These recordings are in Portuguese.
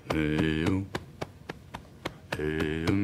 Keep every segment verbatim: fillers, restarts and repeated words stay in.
Eu, eu,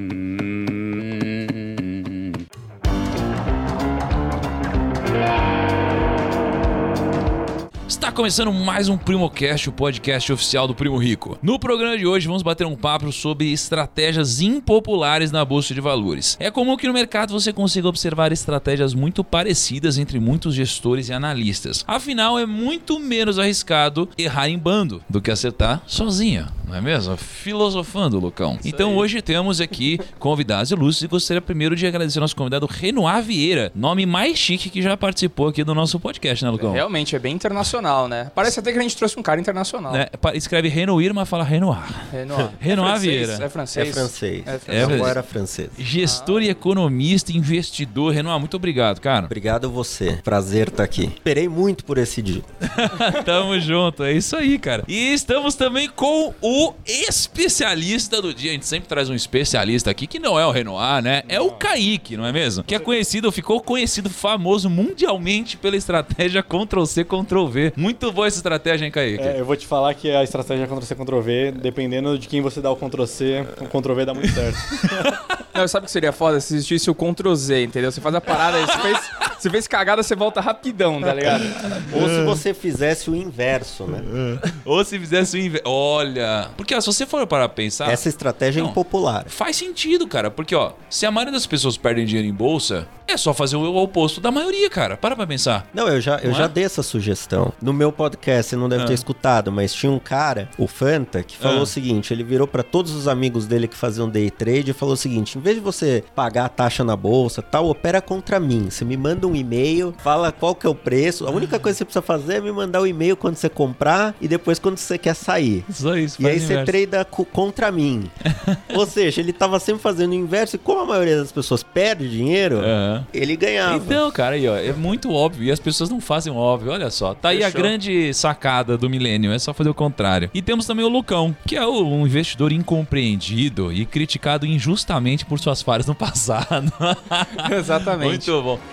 Está começando mais um PrimoCast, o podcast oficial do Primo Rico. No programa de hoje vamos bater um papo sobre estratégias impopulares na Bolsa de Valores. É comum que no mercado você consiga observar estratégias muito parecidas entre muitos gestores e analistas. Afinal, é muito menos arriscado errar em bando do que acertar sozinho, não é mesmo? Filosofando, Lucão. Isso então aí. Hoje temos aqui convidados ilustres e gostaria primeiro de agradecer ao nosso convidado Renoir Vieira, nome mais chique que já participou aqui do nosso podcast, né, Lucão? Realmente, é bem internacional. Né? Parece até que a gente trouxe um cara internacional. É, escreve Renoir, mas fala Renoir. Renoir, Renoir é Vieira. É francês. É francês. É francês. Agora era francês. Gestor ah. e economista, investidor. Renoir, muito obrigado, cara. Obrigado a você. Prazer estar aqui. Esperei muito por esse dia. Tamo junto, é isso aí, cara. E estamos também com o especialista do dia. A gente sempre traz um especialista aqui, que não é o Renoir, né? É o Kaique, não é mesmo? Que é conhecido, ficou conhecido, famoso mundialmente pela estratégia control C, control V. Muito boa essa estratégia, hein, Kaique? É, eu vou te falar que a estratégia control C, control V, dependendo de quem você dá o control C, o control V dá muito certo. Não, sabe o que seria foda? Se existisse o control Z, entendeu? Você faz a parada aí, você fez, você fez cagada, você volta rapidão, tá ligado? Ou se você fizesse o inverso, né? Ou se fizesse o inverso. Olha, porque ó, se você for parar pra pensar... Essa estratégia não, é impopular. Faz sentido, cara, porque ó, se a maioria das pessoas perdem dinheiro em bolsa, é só fazer o oposto da maioria, cara. Para pra pensar. Não, eu já, eu não já é? dei essa sugestão. No meu podcast, você não deve ah. ter escutado, mas tinha um cara, o Fanta, que falou ah. o seguinte, ele virou pra todos os amigos dele que faziam day trade e falou o seguinte, em vez de você pagar a taxa na bolsa, tal, opera contra mim. Você me manda um e-mail, fala qual que é o preço, a única coisa que você precisa fazer é me mandar o e-mail quando você comprar e depois quando você quer sair. Só isso. E aí você trada co- contra mim. Ou seja, ele tava sempre fazendo o inverso e como a maioria das pessoas perde dinheiro, uhum. ele ganhava. Então, cara, aí ó, é muito óbvio e as pessoas não fazem o óbvio, olha só. Tá aí Fechou. A grande sacada do milênio, é só fazer o contrário. E temos também o Lucão, que é um investidor incompreendido e criticado injustamente por suas falhas no passado. Exatamente. Muito bom.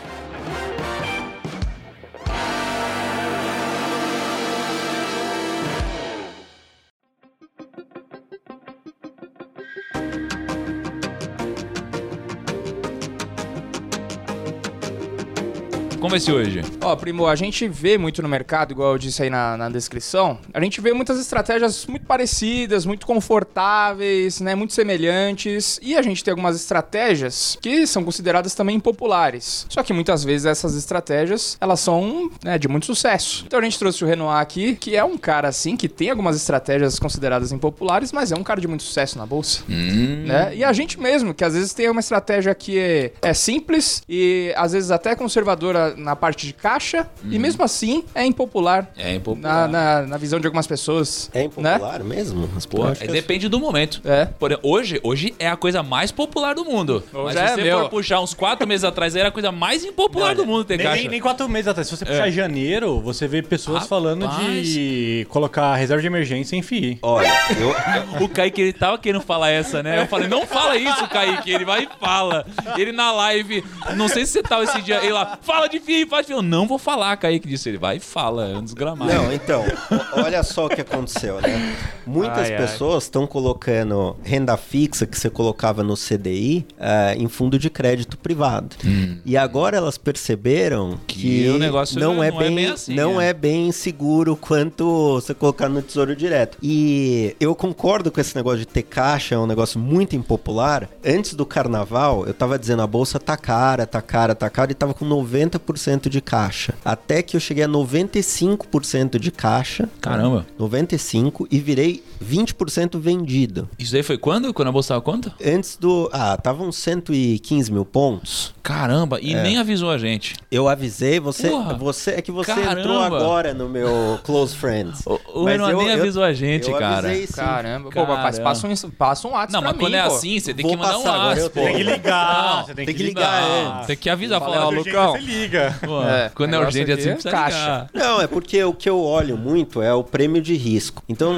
Como vai ser hoje? Ó, Primo, a gente vê muito no mercado, igual eu disse aí na, na descrição, a gente vê muitas estratégias muito parecidas, muito confortáveis, né, muito semelhantes, e a gente tem algumas estratégias que são consideradas também impopulares. Só que muitas vezes essas estratégias, elas são, né, de muito sucesso. Então a gente trouxe o Renoir aqui, que é um cara assim, que tem algumas estratégias consideradas impopulares, mas é um cara de muito sucesso na bolsa. Hum. Né? E a gente mesmo, que às vezes tem uma estratégia que é, é simples e às vezes até conservadora na parte de caixa, uhum. e mesmo assim é impopular. É impopular. Na, na, na visão de algumas pessoas. É impopular, né? Mesmo? Pô, é, depende do momento. É. Por, hoje, hoje é a coisa mais popular do mundo. Hoje Mas é, se você meu. for puxar uns quatro meses atrás, era a coisa mais impopular Não, do mundo ter nem, caixa. Nem, nem quatro meses atrás. Se você puxar é. janeiro, você vê pessoas Rapaz. falando de colocar reserva de emergência em F I I. Olha, eu... O Kaique, ele tava querendo falar essa, né? Eu falei, não fala isso, Kaique. Ele vai e fala. Ele na live, não sei se você tava esse dia, ele lá, fala de F I I, fala de F I I. Eu não vou falar, Kaique disse. Ele vai e fala, é um desgramado. Não, então, olha só o que aconteceu, né? Muitas ai, pessoas estão colocando renda fixa que você colocava no C D I uh, em fundo de crédito privado. Hum. E agora elas perceberam que, que o negócio não, não, é, não bem, é bem assim. Não é. é bem seguro quanto você colocar no Tesouro Direto. E eu concordo com esse negócio de ter caixa, é um negócio muito impopular. Antes do carnaval, eu tava dizendo a bolsa tá cara, tá cara, tá cara, e tava com noventa por cento de caixa. Até que eu cheguei a noventa e cinco por cento de caixa. Caramba. noventa e cinco por cento e virei vinte por cento vendido. Isso aí foi quando? Quando a bolsa tava quanto? Antes do... Ah, tava uns cento e quinze mil pontos. Caramba, e é. nem avisou a gente. Eu avisei, você... Porra, você é que você caramba. entrou agora no meu Close Friends. O, o Renoir nem eu, avisou a gente, eu cara. Avisei, sim. Caramba. Pô, Caramba. rapaz, passa um, passa um WhatsApp Não, pra mas mim, quando é pô. assim, você tem Vou que mandar passar um agora, WhatsApp. eu Tem que ligar, Não, você tem, tem que que ligar. ligar antes. Tem que avisar, Fala, falar, ó, ó, Lucão. Você liga. Pô, É, quando é urgente assim, aqui é precisa caixa. ligar. Não, é porque o que eu olho muito é o prêmio de risco. Então, de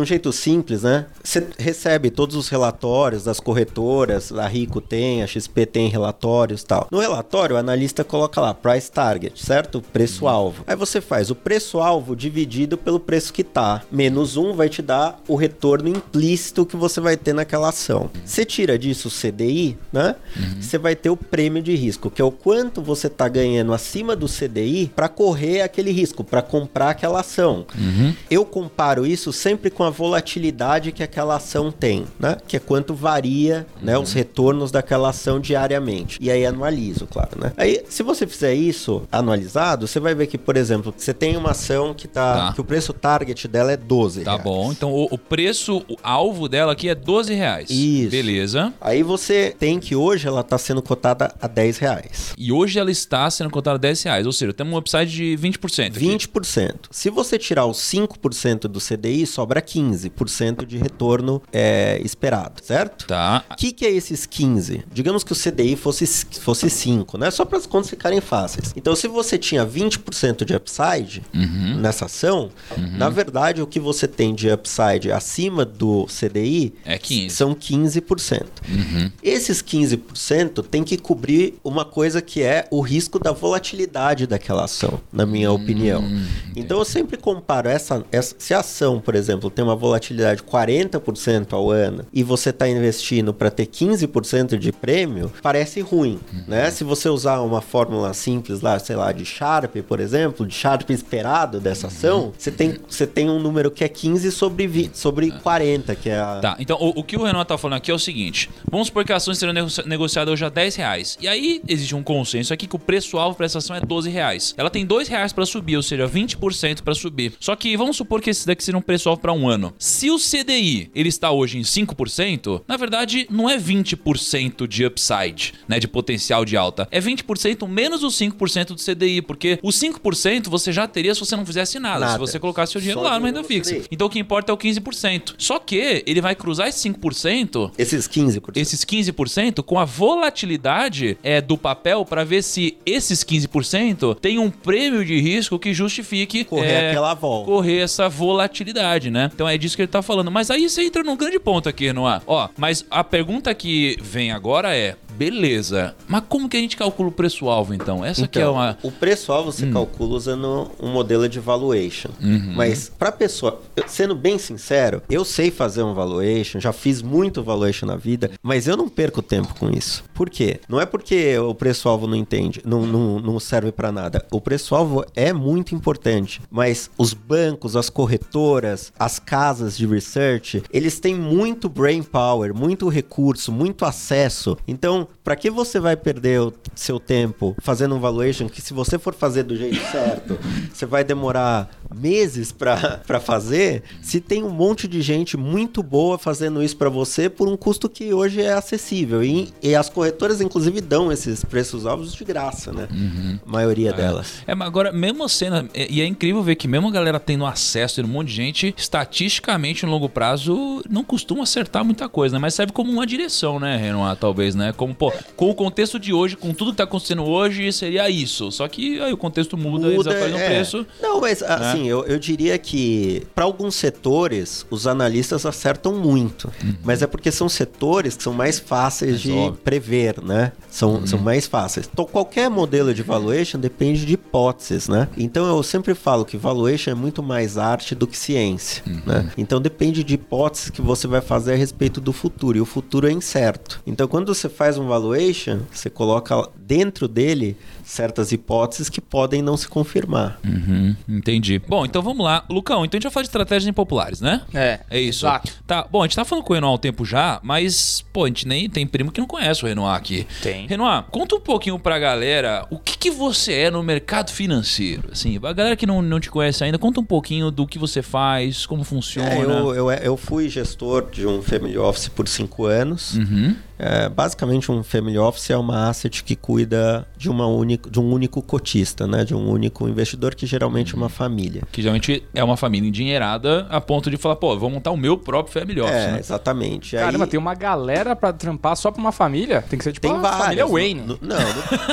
um jeito simples, né? Você recebe todos os relatórios das corretoras, a Rico tem, a X P tem relatórios e tal. No relatório, o analista coloca lá, price target, certo? Preço-alvo. Aí você faz o preço-alvo dividido pelo preço que tá. Menos um vai te dar o retorno implícito que você vai ter naquela ação. Você tira disso o C D I, né? Uhum. Você vai ter o prêmio de risco, que é o quanto você tá ganhando acima do C D I para correr aquele risco, para comprar aquela ação. Uhum. Eu comparo isso sempre com a volatilidade que aquela ação tem, né? Que é quanto varia, uhum. né, os retornos daquela ação diariamente. E aí anualizo, claro, né? Aí, se você fizer isso anualizado, você vai ver que, por exemplo, você tem uma ação que tá, tá. que o preço target dela é doze Tá reais. bom. Então, o, o preço o alvo dela aqui é doze reais. Isso. Beleza. Aí você tem que hoje ela tá sendo cotada a dez reais. E hoje ela está sendo cotada a dez reais. Ou seja, temos um upside de vinte por cento aqui. vinte por cento. Se você tirar os cinco por cento do C D I, sobra quinze por cento de retorno é, esperado, certo? Tá. O que, que é esses quinze? Digamos que o C D I fosse, fosse cinco, né? Só para as contas ficarem fáceis. Então, se você tinha vinte por cento de upside uhum. nessa ação, uhum. na verdade, o que você tem de upside acima do C D I é quinze. São quinze por cento. Uhum. Esses quinze por cento tem que cobrir uma coisa que é o risco da volatilidade daquela ação, na minha uhum. opinião. Então, eu sempre comparo essa, essa... Se a ação, por exemplo, tem uma volatilidade de quarenta por cento ao ano e você está investindo para ter quinze por cento de prêmio, parece ruim, uhum. né? Se você usar uma fórmula simples lá, sei lá, de Sharpe, por exemplo, de Sharpe esperado dessa ação, uhum. você, tem, você tem um número que é quinze sobre, vinte, sobre quarenta, que é a... Tá, então o, o que o Renan tá falando aqui é o seguinte, vamos supor que a ação esteja negoci- negociada hoje a dez reais, e aí existe um consenso aqui que o preço-alvo para essa ação é doze reais. Ela tem dois reais para subir, ou seja, vinte por cento para subir. Só que vamos supor que esse daqui seja um preço-alvo para um ano. Se o C D I ele está hoje em cinco por cento, na verdade não é vinte por cento de upside, né, de potencial de alta. É vinte por cento menos os cinco por cento do C D I, porque os cinco por cento você já teria se você não fizesse nada, nada. se você colocasse seu dinheiro Só lá numa renda fixa. Então o que importa é o quinze por cento. Só que ele vai cruzar esses cinco por cento, esses quinze por cento, esses quinze por cento com a volatilidade é, do papel para ver se esses quinze por cento tem um prêmio de risco que justifique correr é, aquela volta. Correr essa volatilidade, né? Então é disso que ele tá falando. Mas aí você entra num grande ponto aqui, não é? Ó, mas a pergunta que vem agora é, beleza, mas como que a gente calcula o preço-alvo, então? Essa então, que é uma... O preço-alvo você hum. calcula usando um modelo de valuation. Uhum. Mas pra pessoa... Sendo bem sincero, eu sei fazer um valuation, já fiz muito valuation na vida, mas eu não perco tempo com isso. Por quê? Não é porque o preço-alvo não entende, não, não, não serve pra nada. O preço-alvo é muito importante, mas os bancos, as corretoras, as casas de research, eles têm muito brain power, muito recurso, muito acesso. Então, para que você vai perder o seu tempo fazendo um valuation que, se você for fazer do jeito certo, você vai demorar meses para fazer, se tem um monte de gente muito boa fazendo isso para você por um custo que hoje é acessível. E, e as corretoras, inclusive, dão esses preços-alvos de graça, né? Uhum. A maioria é. delas. É, mas agora, mesmo sendo... E é incrível ver que mesmo a galera tendo acesso, tendo um monte de gente, estatisticamente, no longo prazo, não costuma acertar muita coisa, né? Mas serve como uma direção, né, Renan? Talvez, né? Como, pô, com o contexto de hoje, com tudo que tá acontecendo hoje, seria isso. Só que aí o contexto muda, muda e desaparece é. no preço. Não, mas né? assim, eu, eu diria que para alguns setores, os analistas acertam muito. Uhum. Mas é porque são setores que são mais fáceis mas de óbvio. prever, né? São, uhum. são mais fáceis. Então, qualquer modelo de valuation depende de hipóteses, né? Então, eu sempre falo que valuation é muito mais arte do que ciência, uhum. né? Então, depende de hipóteses que você vai fazer a respeito do futuro. E o futuro é incerto. Então, quando você faz um valuation, você coloca dentro dele certas hipóteses que podem não se confirmar. Uhum, entendi. Bom, então vamos lá. Lucão, então a gente vai falar de estratégias impopulares, né? É. É isso. Exato. Tá, bom, a gente tá falando com o Renoir há um tempo já, mas, pô, a gente nem tem primo que não conhece o Renoir aqui. Tem. Renoir, conta um pouquinho pra galera o que, que você é no mercado financeiro. Assim, a galera que não, não te conhece ainda, conta um pouquinho do que você faz, como funciona. É, eu, eu, eu fui gestor de um family office por cinco anos. Uhum. É, basicamente, um family office é uma asset que cuida de, uma única, de um único cotista, né? De um único investidor, que geralmente é uma família. Que geralmente é uma família endinheirada a ponto de falar, pô, vou montar o meu próprio family office. É, né? Exatamente. Caramba, aí... tem uma galera pra trampar só pra uma família? Tem que ser tipo tem uma várias. família Wayne. No, no, não, no...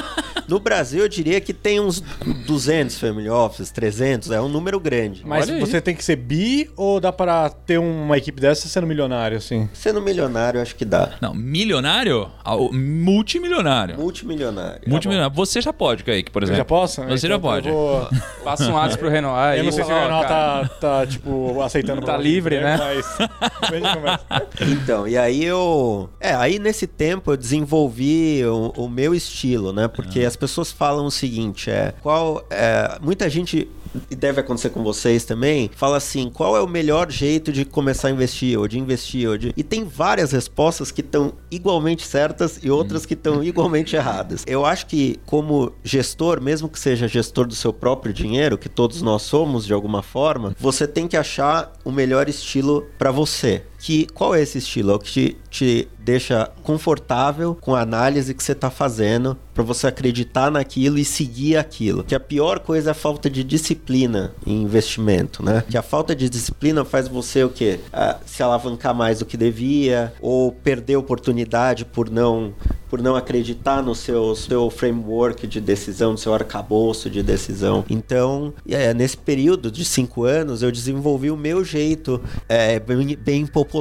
No Brasil, eu diria que tem uns duzentos family offices, trezentos, é um número grande. Mas você tem que ser bi ou dá pra ter uma equipe dessa sendo milionário, assim? Sendo milionário, acho que dá. Não, milionário? Ah, o multimilionário. Multimilionário. Multimilionário. Você já pode, Kaique, por Eu exemplo. já posso? Você Então já pode. Eu, vou... Passa um ato pro Renoir. eu não aí, sei se o ó, Renoir cara. tá, tá, tipo, aceitando. Tá livre, né? Mas... Veja a conversa. Então, e aí eu... É, aí nesse tempo eu desenvolvi o, o meu estilo, né? Porque as pessoas falam o seguinte, é... Qual... É, muita gente... E deve acontecer com vocês também, fala assim, qual é o melhor jeito de começar a investir, ou de investir, ou de... E tem várias respostas que estão igualmente certas e outras que estão igualmente erradas. Eu acho que, como gestor, mesmo que seja gestor do seu próprio dinheiro, que todos nós somos de alguma forma, você tem que achar o melhor estilo para você. Que, qual é esse estilo? É o que te, te deixa confortável com a análise que você está fazendo, para você acreditar naquilo e seguir aquilo. Que a pior coisa é a falta de disciplina em investimento, né? Que a falta de disciplina faz você o quê? Ah, se alavancar mais do que devia, ou perder oportunidade por não... por não acreditar no seu, seu framework de decisão, no seu arcabouço de decisão. Então, é, nesse período de cinco anos, eu desenvolvi o meu jeito é, bem, bem popular.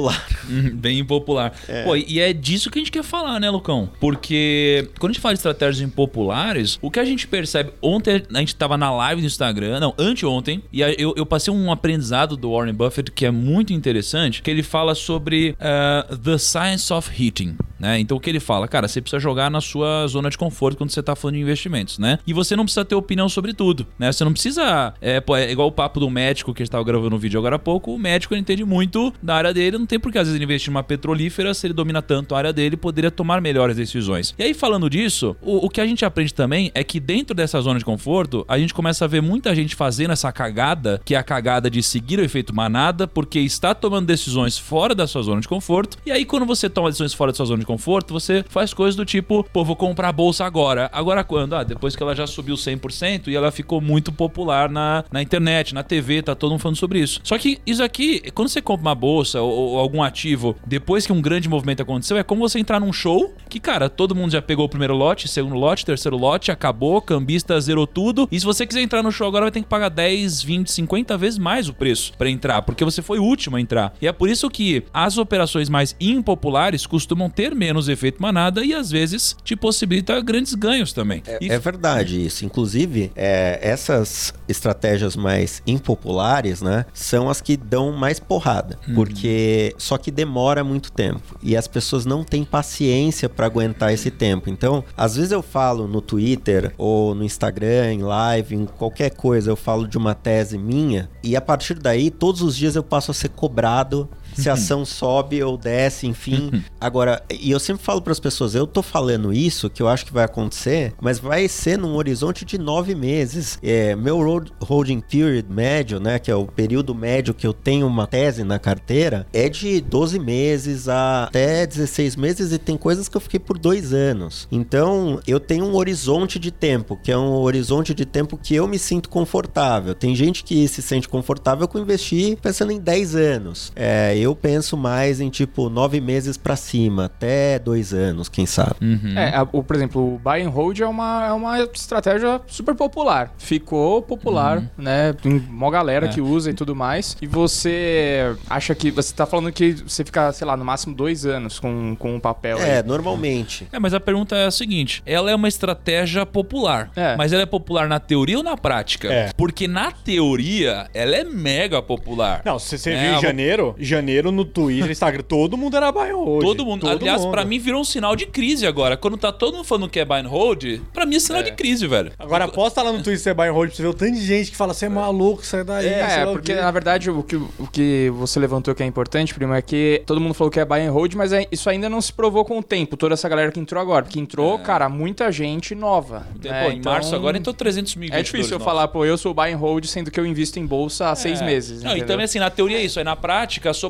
Bem impopular. É. Pô, e é disso que a gente quer falar, né, Lucão? Porque quando a gente fala de estratégias impopulares, o que a gente percebe... Ontem a gente tava na live do Instagram, não, anteontem, e eu, eu passei um aprendizado do Warren Buffett que é muito interessante, que ele fala sobre uh, The Science of Hitting, né? Então o que ele fala? Cara, você precisa jogar na sua zona de conforto quando você tá falando de investimentos, né? E você não precisa ter opinião sobre tudo, né? Você não precisa... É, pô, é igual o papo do médico que a gente tava gravando um vídeo agora há pouco. O médico ele entende muito da área dele, não tem por que às vezes ele investir numa petrolífera, se ele domina tanto a área dele, poderia tomar melhores decisões. E aí falando disso, o, o que a gente aprende também é que dentro dessa zona de conforto, a gente começa a ver muita gente fazendo essa cagada, que é a cagada de seguir o efeito manada, porque está tomando decisões fora da sua zona de conforto. E aí quando você toma decisões fora da sua zona de conforto, você faz coisas do tipo, pô, vou comprar a bolsa agora. Agora quando? Ah, depois que ela já subiu cem por cento e ela ficou muito popular na, na internet, na T V, tá todo mundo falando sobre isso. Só que isso aqui, quando você compra uma bolsa ou, ou algum ativo, depois que um grande movimento aconteceu, é como você entrar num show que, cara, todo mundo já pegou o primeiro lote, segundo lote, terceiro lote, acabou, cambista zerou tudo. E se você quiser entrar no show agora, vai ter que pagar dez, vinte, cinquenta vezes mais o preço pra entrar, porque você foi o último a entrar. E é por isso que as operações mais impopulares costumam ter menos efeito manada e às vezes te possibilita grandes ganhos também. É, e... é verdade isso. Inclusive, é, essas estratégias mais impopulares, né, são as que dão mais porrada, uhum. porque só que demora muito tempo e as pessoas não têm paciência para aguentar esse tempo. Então, às vezes eu falo no Twitter ou no Instagram, em live, em qualquer coisa, eu falo de uma tese minha e a partir daí, todos os dias eu passo a ser cobrado se a ação sobe ou desce, enfim. Agora, e eu sempre falo para as pessoas, eu tô falando isso, que eu acho que vai acontecer, mas vai ser num horizonte de nove meses. É, meu holding period médio, né, que é o período médio que eu tenho uma tese na carteira, é de doze meses a até dezesseis meses e tem coisas que eu fiquei por dois anos. Então, eu tenho um horizonte de tempo, que é um horizonte de tempo que eu me sinto confortável. Tem gente que se sente confortável com investir pensando em dez anos. É, eu Eu penso mais em tipo nove meses pra cima, até dois anos, quem sabe. Uhum. É, a, o, por exemplo, o buy and hold é uma, é uma estratégia super popular. Ficou popular, uhum. né? Tem uma galera é. que usa e tudo mais. E você acha que... Você tá falando que você fica, sei lá, no máximo dois anos com, com um papel É, aí. normalmente. É, mas a pergunta é a seguinte. Ela é uma estratégia popular. É. Mas ela é popular na teoria ou na prática? É. Porque na teoria, ela é mega popular. Não, se você é, viu em janeiro... Janeiro no Twitter, Instagram, todo mundo era buy and hold. Todo mundo. Todo Aliás, mundo. pra mim virou um sinal de crise agora. Quando tá todo mundo falando que é buy and hold, pra mim é sinal é. de crise, velho. Agora posta lá no Twitter se é buy and hold pra você ver o tanto de gente que fala, você é maluco, sai daí. É, porque na verdade o que, o que você levantou que é importante, primo, é que todo mundo falou que é buy and hold, mas é, isso ainda não se provou com o tempo, toda essa galera que entrou agora. Porque entrou, é. cara, muita gente nova. Pô, né? em então, março agora entrou trezentos mil. É difícil eu falar, pô, eu sou buy and hold, sendo que eu invisto em bolsa há é. seis meses. Não, e também assim, na teoria é isso. Aí na prática, sou buy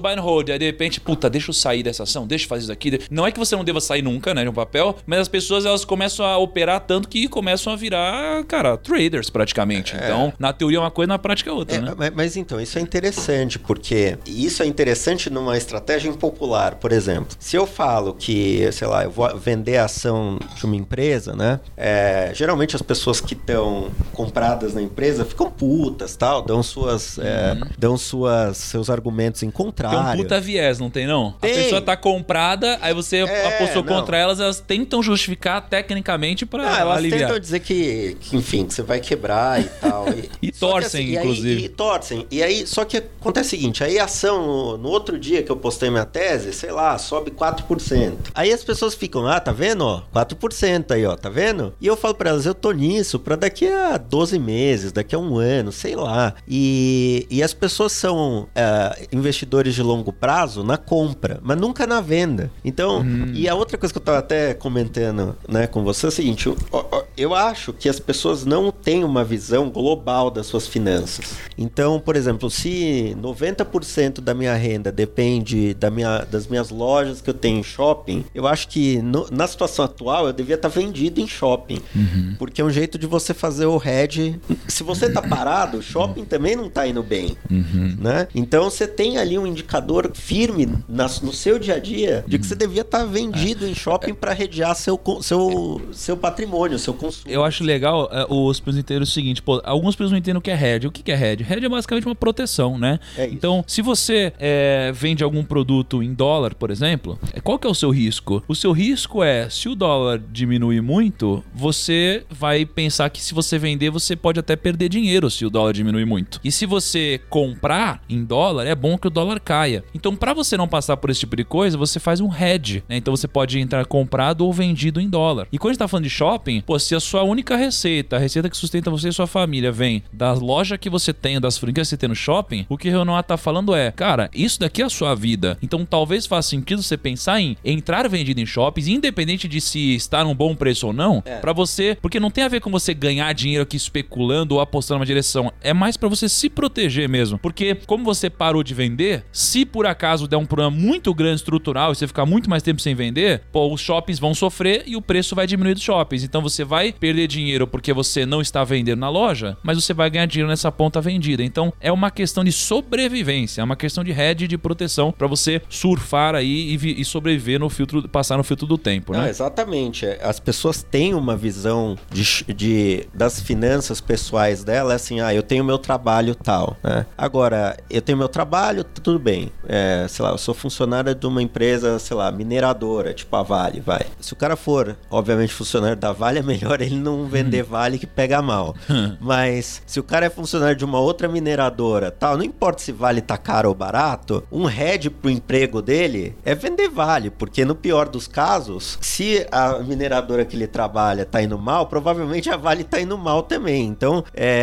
buy and hold. Aí de repente, puta, deixa eu sair dessa ação, deixa eu fazer isso aqui. Não é que você não deva sair nunca, né, de um papel, mas as pessoas elas começam a operar tanto que começam a virar, cara, traders praticamente. É. Então, na teoria é uma coisa, na prática é outra, é, né? Mas, mas então, isso é interessante, porque isso é interessante numa estratégia impopular. Por exemplo, se eu falo que, sei lá, eu vou vender a ação de uma empresa, né? É, geralmente as pessoas que estão compradas na empresa ficam putas, tal, dão suas, uhum. é, dão suas, seus argumentos em contrário. Tem um puta viés, não tem não? Tem. A pessoa tá comprada, aí você é, apostou não. contra elas, elas tentam justificar tecnicamente pra não, elas aliviar. tentam dizer que, que, enfim, que você vai quebrar e tal. E, e torcem, assim, inclusive. E, aí, e torcem. E aí, só que acontece o seguinte, aí a ação, no, no outro dia que eu postei minha tese, sei lá, sobe quatro por cento. Aí as pessoas ficam, ah, tá vendo, ó, quatro por cento aí, ó, tá vendo? E eu falo pra elas, eu tô nisso pra daqui a doze meses, daqui a um ano, sei lá. E, e as pessoas são uh, investidores de longo prazo na compra, mas nunca na venda. Então, hum. e a outra coisa que eu tava até comentando, né, com você é o seguinte, eu, eu acho que as pessoas não têm uma visão global das suas finanças. Então, por exemplo, se noventa por cento da minha renda depende da minha, das minhas lojas que eu tenho em shopping, eu acho que no, na situação atual eu devia estar vendido em shopping. Uhum. Porque é um jeito de você fazer o hedge. Se você tá parado, o shopping também não tá indo bem. Uhum. Né? Então você tem ali um indicador firme na, no seu dia a dia de que você devia estar vendido é. em shopping para hedgear seu, seu, seu patrimônio, seu consumo. Eu acho legal é, os pessoas entenderem o seguinte, pô, algumas pessoas não entendem o que é hedge. O que é hedge? Hedge é basicamente uma proteção, né? É isso. Então, se você é, vende algum produto em dólar, por exemplo, qual que é o seu risco? O seu risco é, se o dólar diminuir muito, você vai pensar que se você vender, você pode até perder dinheiro se o dólar diminuir muito. E se você comprar em dólar, é bom que o dólar caia. Então, para você não passar por esse tipo de coisa, você faz um hedge, né? Então, você pode entrar comprado ou vendido em dólar. E quando a gente tá falando de shopping, pô, se a sua única receita, a receita que sustenta você e sua família vem da loja que você tem, das franquias que você tem no shopping, o que o Renan tá falando é, cara, isso daqui é a sua vida. Então, talvez faça sentido você pensar em entrar vendido em shoppings, independente de se está num bom preço ou não, é. Pra você, porque não tem a ver com você ganhar dinheiro aqui especulando ou apostando numa direção, é mais pra você se proteger mesmo, porque como você parou de vender, se por acaso der um problema muito grande estrutural e você ficar muito mais tempo sem vender, pô, os shoppings vão sofrer e o preço vai diminuir dos shoppings, então você vai perder dinheiro porque você não está vendendo na loja, mas você vai ganhar dinheiro nessa ponta vendida, então é uma questão de sobrevivência, é uma questão de hedge, de proteção pra você surfar aí e, e sobreviver no filtro, passar no filtro do tempo, né? Não, exatamente, as pessoas têm uma visão de, de, das finanças pessoais dela, é assim, ah, eu tenho meu trabalho tal, né? Agora, eu tenho meu trabalho, tudo bem, é, sei lá, eu sou funcionário de uma empresa, sei lá, mineradora, tipo a Vale, vai. Se o cara for, obviamente, funcionário da Vale, é melhor ele não vender Vale que pega mal. Mas, se o cara é funcionário de uma outra mineradora, tal, não importa se Vale tá caro ou barato, um hedge pro emprego dele é vender Vale, porque no pior dos casos, se a mineradora que ele trabalha tá indo mal, provavelmente a Vale tá indo mal também. Então,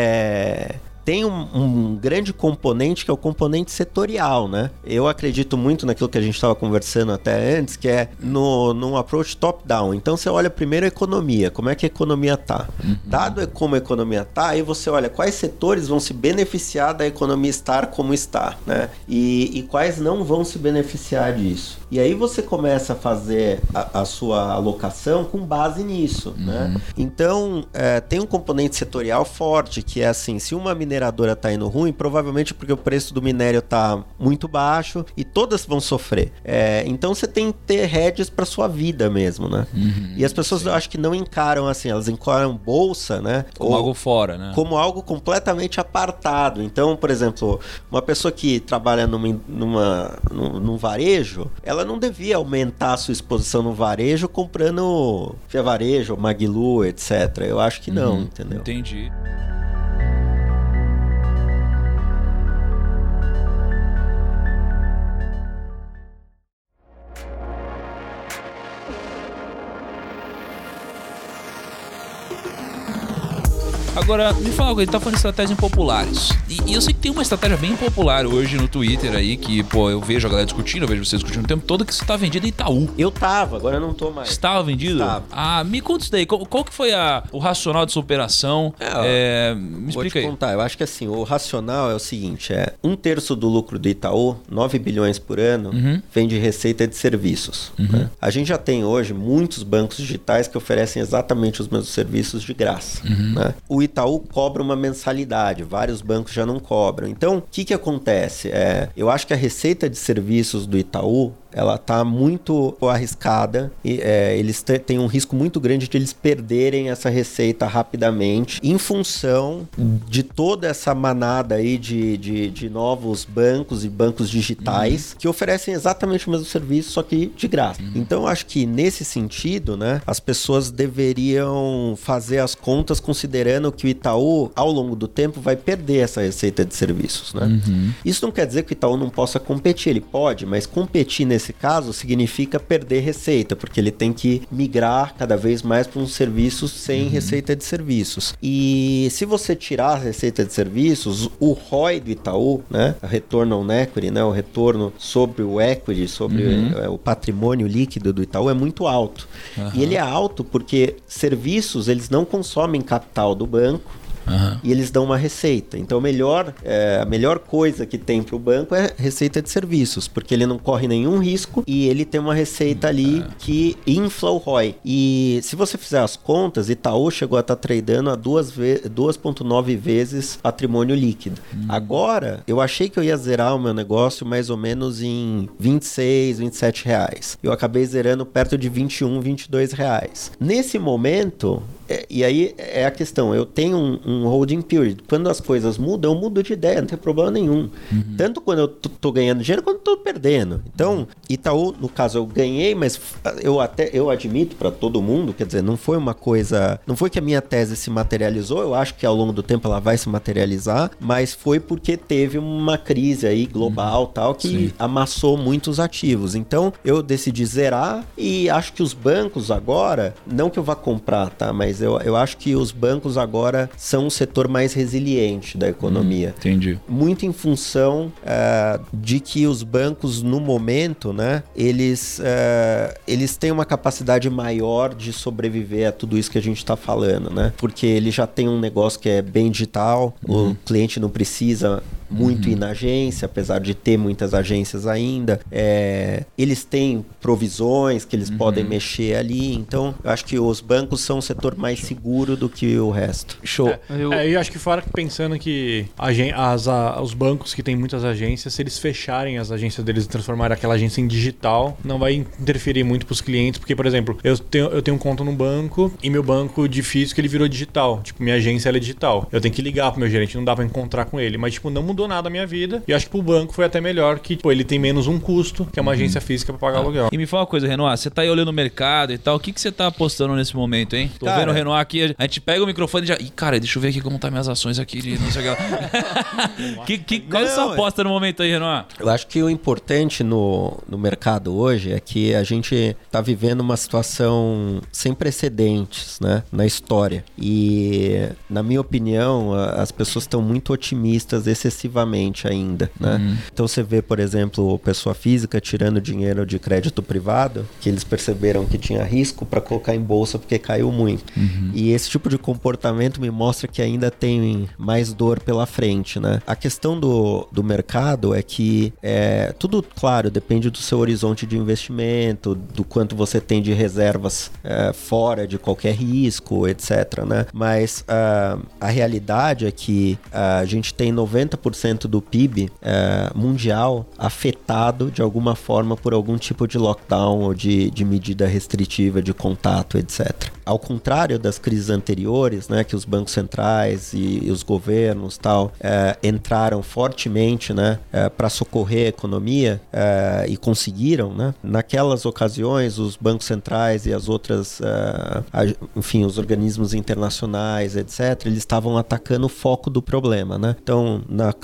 é... tem um, um grande componente que é o componente setorial, né? Eu acredito muito naquilo que a gente estava conversando até antes, que é no, no approach top-down. Então você olha primeiro a economia, como é que a economia tá. Uhum. Dado como a economia tá, aí você olha quais setores vão se beneficiar da economia estar como está, né? E, e quais não vão se beneficiar disso. E aí você começa a fazer a, a sua alocação com base nisso, uhum. né? Então, é, tem um componente setorial forte, que é assim, se uma mineradora tá indo ruim, provavelmente porque o preço do minério tá muito baixo e todas vão sofrer. É, então você tem que ter hedges para sua vida mesmo, né? Uhum, e as pessoas, sim. eu acho que não encaram assim, elas encaram bolsa, né? Como ou, algo fora, né? Como algo completamente apartado. Então, por exemplo, uma pessoa que trabalha numa, numa, num, num varejo, ela não devia aumentar a sua exposição no varejo comprando Via Varejo, Maglu, etcétera. Eu acho que não, uhum, entendeu? Entendi. Agora, me fala uma coisa, ele tá falando de estratégias impopulares. E, e eu sei que tem uma estratégia bem popular hoje no Twitter aí, que, pô, eu vejo a galera discutindo, eu vejo vocês discutindo o tempo todo, que você tá vendido em Itaú. Eu tava, agora eu não tô mais. Estava vendido? Estava. Ah, me conta isso daí. Qual, qual que foi a, o racional dessa operação? É, ó, é, me vou explica te aí. contar, eu acho que assim, o racional é o seguinte, é um terço do lucro do Itaú, nove bilhões por ano, Uhum. vem de receita de serviços. Uhum. Né? A gente já tem hoje muitos bancos digitais que oferecem exatamente os mesmos serviços de graça. Uhum. Né? O Itaú cobra uma mensalidade, vários bancos já não cobram. Então, o que, que acontece? É, eu acho que a receita de serviços do Itaú, ela está muito arriscada e é, eles têm um risco muito grande de eles perderem essa receita rapidamente em função de toda essa manada aí de, de, de novos bancos e bancos digitais uhum. que oferecem exatamente o mesmo serviço, só que de graça. Uhum. Então, eu acho que nesse sentido, né, as pessoas deveriam fazer as contas considerando que o Itaú, ao longo do tempo, vai perder essa receita de serviços. Né? Uhum. Isso não quer dizer que o Itaú não possa competir, ele pode, mas competir nesse caso significa perder receita, porque ele tem que migrar cada vez mais para um serviço sem uhum. receita de serviços. E se você tirar a receita de serviços, o R O I do Itaú, né, a retorno on equity, né, o retorno sobre o equity, sobre uhum. o, o patrimônio líquido do Itaú é muito alto. Uhum. E ele é alto porque serviços, eles não consomem capital do banco, Uhum. e eles dão uma receita. Então, melhor, é, a melhor coisa que tem para o banco é receita de serviços, porque ele não corre nenhum risco e ele tem uma receita ali é. que infla o R O I. E se você fizer as contas, Itaú chegou a estar tá tradando a duas vírgula nove vezes patrimônio líquido. Uhum. Agora, eu achei que eu ia zerar o meu negócio mais ou menos em vinte e seis, vinte e sete reais. Eu acabei zerando perto de vinte e um, vinte e dois reais. Nesse momento... É, e aí é a questão, eu tenho um, um holding period. Quando as coisas mudam, eu mudo de ideia, não tem problema nenhum. Uhum. Tanto quando eu tô, tô ganhando dinheiro, quanto eu tô perdendo. Então, Itaú, no caso, eu ganhei, mas eu até eu admito para todo mundo, quer dizer, não foi uma coisa... Não foi que a minha tese se materializou, eu acho que ao longo do tempo ela vai se materializar, mas foi porque teve uma crise aí global, uhum. tal, que Sim. amassou muitos ativos. Então, eu decidi zerar e acho que os bancos agora, não que eu vá comprar, tá? Mas Eu, eu acho que os bancos agora são o setor mais resiliente da economia. Hum, entendi. Muito em função uh, de que os bancos, no momento, né, eles, uh, eles têm uma capacidade maior de sobreviver a tudo isso que a gente está falando, né? Porque ele já tem um negócio que é bem digital, uhum. o cliente não precisa muito uhum. ir na agência, apesar de ter muitas agências ainda. É, eles têm provisões que eles uhum. podem mexer ali. Então, eu acho que os bancos são um setor mais seguro do que o resto. Show. É, eu... É, eu acho que fora pensando que as, a, os bancos que têm muitas agências, se eles fecharem as agências deles e transformarem aquela agência em digital, não vai interferir muito para os clientes, porque, por exemplo, eu tenho, eu tenho um conta no banco e meu banco de físico ele virou digital. Tipo, minha agência ela é digital. Eu tenho que ligar pro meu gerente, não dá para encontrar com ele. Mas, tipo, não mudou nada na minha vida. E acho que pro banco foi até melhor que, pô, ele tem menos um custo, que é uma uhum. agência física para pagar ah. aluguel. E me fala uma coisa, Renoir, você tá aí olhando o mercado e tal, o que que você tá apostando nesse momento, hein? Tô cara, vendo o Renoir aqui, a gente pega o microfone e já... Ih, cara, deixa eu ver aqui como tá minhas ações aqui de não sei o que. que, que qual é a sua aposta no momento aí, Renoir? Eu acho que o importante no, no mercado hoje é que a gente tá vivendo uma situação sem precedentes, né, na história. E, na minha opinião, as pessoas estão muito otimistas excessivamente ainda, né? Uhum. Então você vê, por exemplo, pessoa física tirando dinheiro de crédito privado, que eles perceberam que tinha risco para colocar em bolsa porque caiu muito. Uhum. E esse tipo de comportamento me mostra que ainda tem mais dor pela frente, né? A questão do, do mercado é que é, tudo, claro, depende do seu horizonte de investimento, do quanto você tem de reservas é, fora de qualquer risco, etc, né? Mas uh, a realidade é que uh, a gente tem noventa por cento do P I B uh, mundial afetado de alguma forma por algum tipo de lockdown ou de, de medida restritiva de contato, etcétera. Ao contrário das crises anteriores, né, que os bancos centrais e, e os governos tal, uh, entraram fortemente, né, uh, para socorrer a economia uh, e conseguiram, né? Naquelas ocasiões, os bancos centrais e as outras, uh, a, enfim, os organismos internacionais, etcétera, eles estavam atacando o foco do problema, né? Então, na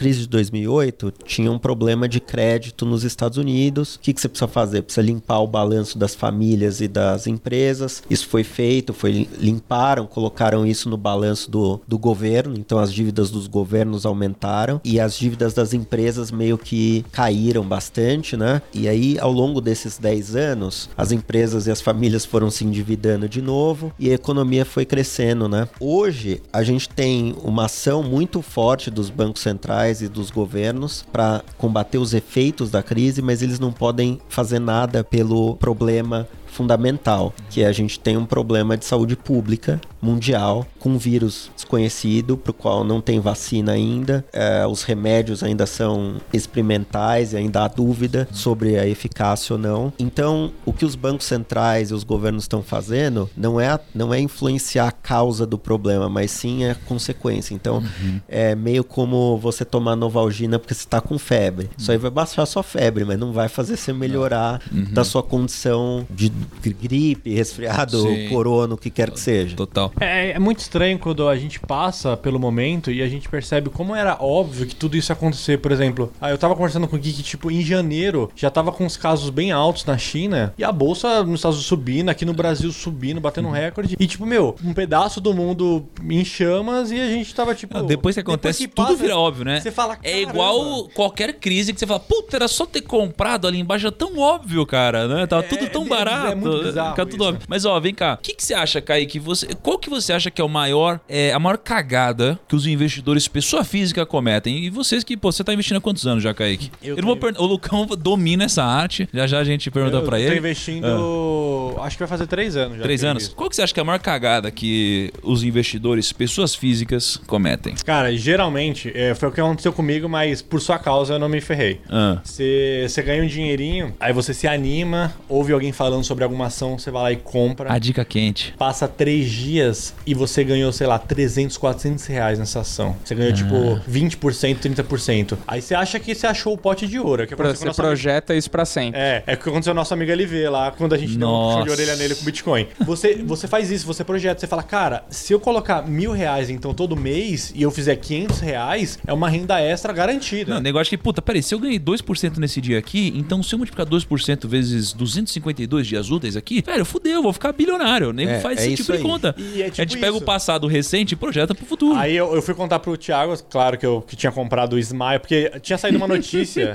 crise de dois mil e oito, tinha um problema de crédito nos Estados Unidos. O que, que você precisa fazer? Precisa limpar o balanço das famílias e das empresas. Isso foi feito, foi, limparam, colocaram isso no balanço do, do governo. Então as dívidas dos governos aumentaram e as dívidas das empresas meio que caíram bastante, né? E aí, ao longo desses dez anos, as empresas e as famílias foram se endividando de novo e a economia foi crescendo, né? Hoje, a gente tem uma ação muito forte dos bancos centrais e dos governos para combater os efeitos da crise, mas eles não podem fazer nada pelo problema fundamental, que é a gente tem um problema de saúde pública mundial com um vírus desconhecido, para o qual não tem vacina ainda, é, os remédios ainda são experimentais e ainda há dúvida sobre a eficácia ou não. Então, o que os bancos centrais e os governos estão fazendo não é, não é influenciar a causa do problema, mas sim a consequência. Então, uhum. é meio como você tomar Novalgina porque você está com febre. Uhum. Isso aí vai baixar a sua febre, mas não vai fazer você melhorar uhum. da sua condição de gripe, resfriado, Sim. corona, o que quer que seja. Total. É, é muito estranho quando a gente passa pelo momento e a gente percebe como era óbvio que tudo isso ia acontecer. Por exemplo, eu tava conversando com o Gui que, tipo, em janeiro já tava com os casos bem altos na China e a bolsa nos Estados Unidos subindo, aqui no Brasil subindo, batendo um recorde. E, tipo, meu, um pedaço do mundo em chamas e a gente tava, tipo... Não, depois que acontece, depois que passa, tudo vira óbvio, né? Você fala, é igual qualquer crise que você fala, puta, era só ter comprado ali embaixo, é tão óbvio, cara, né? Tava é, tudo tão é, barato. É muito bizarro Fica tudo óbvio. Mas ó, vem cá. O que, que você acha, Kaique? Você, qual que você acha que é o maior, é, a maior cagada que os investidores, pessoa física, cometem? E vocês que, pô, você tá investindo há quantos anos já, Kaique? Eu, eu não vou per... O Lucão domina essa arte. Já já a gente pergunta eu, pra eu ele. Eu tô investindo, ah. acho que vai fazer três anos já. Três anos? Qual que você acha que é a maior cagada que os investidores, pessoas físicas, cometem? Cara, geralmente, é, foi o que aconteceu comigo, mas por sua causa eu não me ferrei. Você ah. ganha um dinheirinho, aí você se anima, ouve alguém falando sobre alguma ação, você vai lá e compra. A dica quente. Passa três dias e você ganhou, sei lá, trezentos, quatrocentos reais nessa ação. Você ganhou, ah. tipo, vinte por cento, trinta por cento. Aí você acha que você achou o pote de ouro. É que você projeta amigo... isso pra sempre. É, é o que aconteceu com o nosso amigo L V lá, quando a gente Nossa. deu um puxão de orelha nele com Bitcoin. Você, você faz isso, você projeta, você fala, cara, se eu colocar mil reais, então, todo mês, e eu fizer quinhentos reais, é uma renda extra garantida. Não, o negócio é que, puta, peraí, se eu ganhei dois por cento nesse dia aqui, então se eu multiplicar dois por cento vezes duzentos e cinquenta e dois dias úteis aqui, velho, fudeu, eu vou ficar bilionário. O nego é, faz é esse tipo aí. de conta. E é tipo a gente isso. pega o passado recente e projeta pro futuro. Aí eu, eu fui contar pro Thiago, claro que eu que tinha comprado o Smile, porque tinha saído uma notícia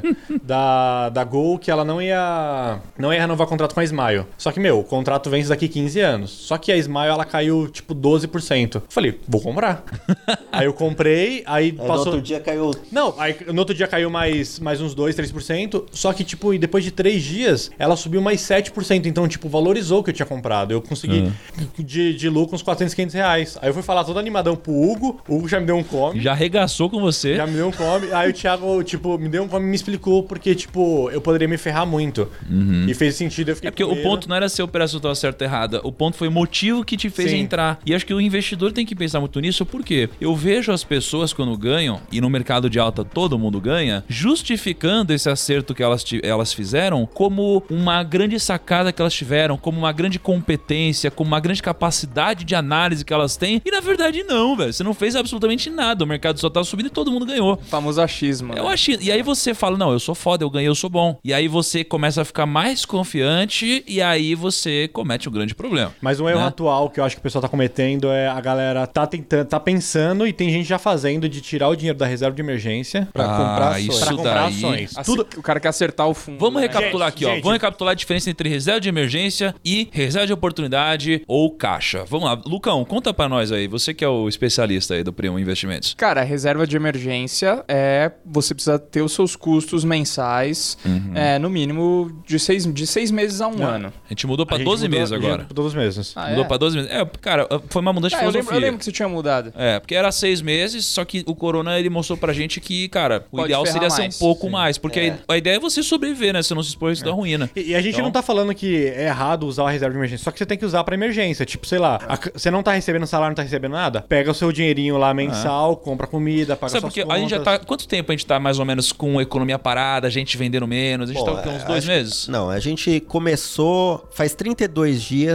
da, da Gol que ela não ia, não ia renovar o contrato com a Smile. Só que, meu, o contrato vence daqui quinze anos. Só que a Smile, ela caiu, tipo, doze por cento. Falei, vou comprar. Aí eu comprei, aí, aí passou... no outro dia caiu... Não, aí no outro dia caiu mais, mais uns dois, três por cento. Só que, tipo, e depois de três dias, ela subiu mais sete por cento. Então, tipo, valorizou o que eu tinha comprado. Eu consegui uhum. de, de lucro uns quatrocentos, quinhentos reais. Aí eu fui falar todo animadão pro Hugo. O Hugo já me deu um come. Já arregaçou com você. Já me deu um come. Aí o Thiago, tipo, me deu um come e me explicou porque, tipo, eu poderia me ferrar muito. Uhum. E fez sentido, eu fiquei É porque com o ele. ponto não era se a operação estava certa ou errada. O ponto foi o motivo que te fez Sim. entrar. E acho que o investidor tem que pensar muito nisso, porque eu vejo as pessoas quando ganham, e no mercado de alta todo mundo ganha, justificando esse acerto que elas, elas fizeram como uma grande sacada que elas tiveram, como uma grande competência, como uma grande capacidade de análise que elas têm. E na verdade não, velho. Você não fez absolutamente nada. O mercado só tava subindo e todo mundo ganhou. O famoso achismo. É o achismo. E aí você fala, não, eu sou foda, eu ganhei, eu sou bom. E aí você começa a ficar mais confiante e aí você comete um grande problema. Mas um erro né? atual que eu acho que o pessoal tá cometendo é a galera tá tentando, tá pensando e tem gente já fazendo de tirar o dinheiro da reserva de emergência pra ah, comprar ações. Isso pra comprar daí... ações. Assim, Tudo... O cara quer acertar o fundo. Vamos né? recapitular gente, aqui, ó. gente. Vamos recapitular a diferença entre reserva de emergência e reserva de oportunidade ou caixa. Vamos lá. Lucão, conta pra nós aí. Você que é o especialista aí do Primo Investimentos. Cara, a reserva de emergência é... Você precisa ter os seus custos mensais, uhum. é, no mínimo, de seis, de seis meses a um Não. ano. A gente mudou pra doze mudou, meses agora. doze meses. Ah, mudou é? pra doze meses. É, cara, foi uma mudança ah, de filosofia. Eu lembro, eu lembro que você tinha mudado. É, porque era seis meses, só que o Corona, ele mostrou pra gente que, cara, o Pode ideal seria mais. ser um pouco Sim. mais. Porque é. a ideia é você sobreviver, né? Você não se expor isso é. da ruína. E, e a gente então... não tá falando que é errado usar a reserva de emergência, só que você tem que usar pra emergência. Tipo, sei lá, a, você não tá recebendo salário, não tá recebendo nada, pega o seu dinheirinho lá mensal, ah. compra comida, paga Sabe suas porque contas. a gente já tá... Quanto tempo a gente tá mais ou menos com economia parada, a gente vendendo menos? A gente Pô, tá com uns dois acho, meses? Não, a gente começou faz trinta e dois dias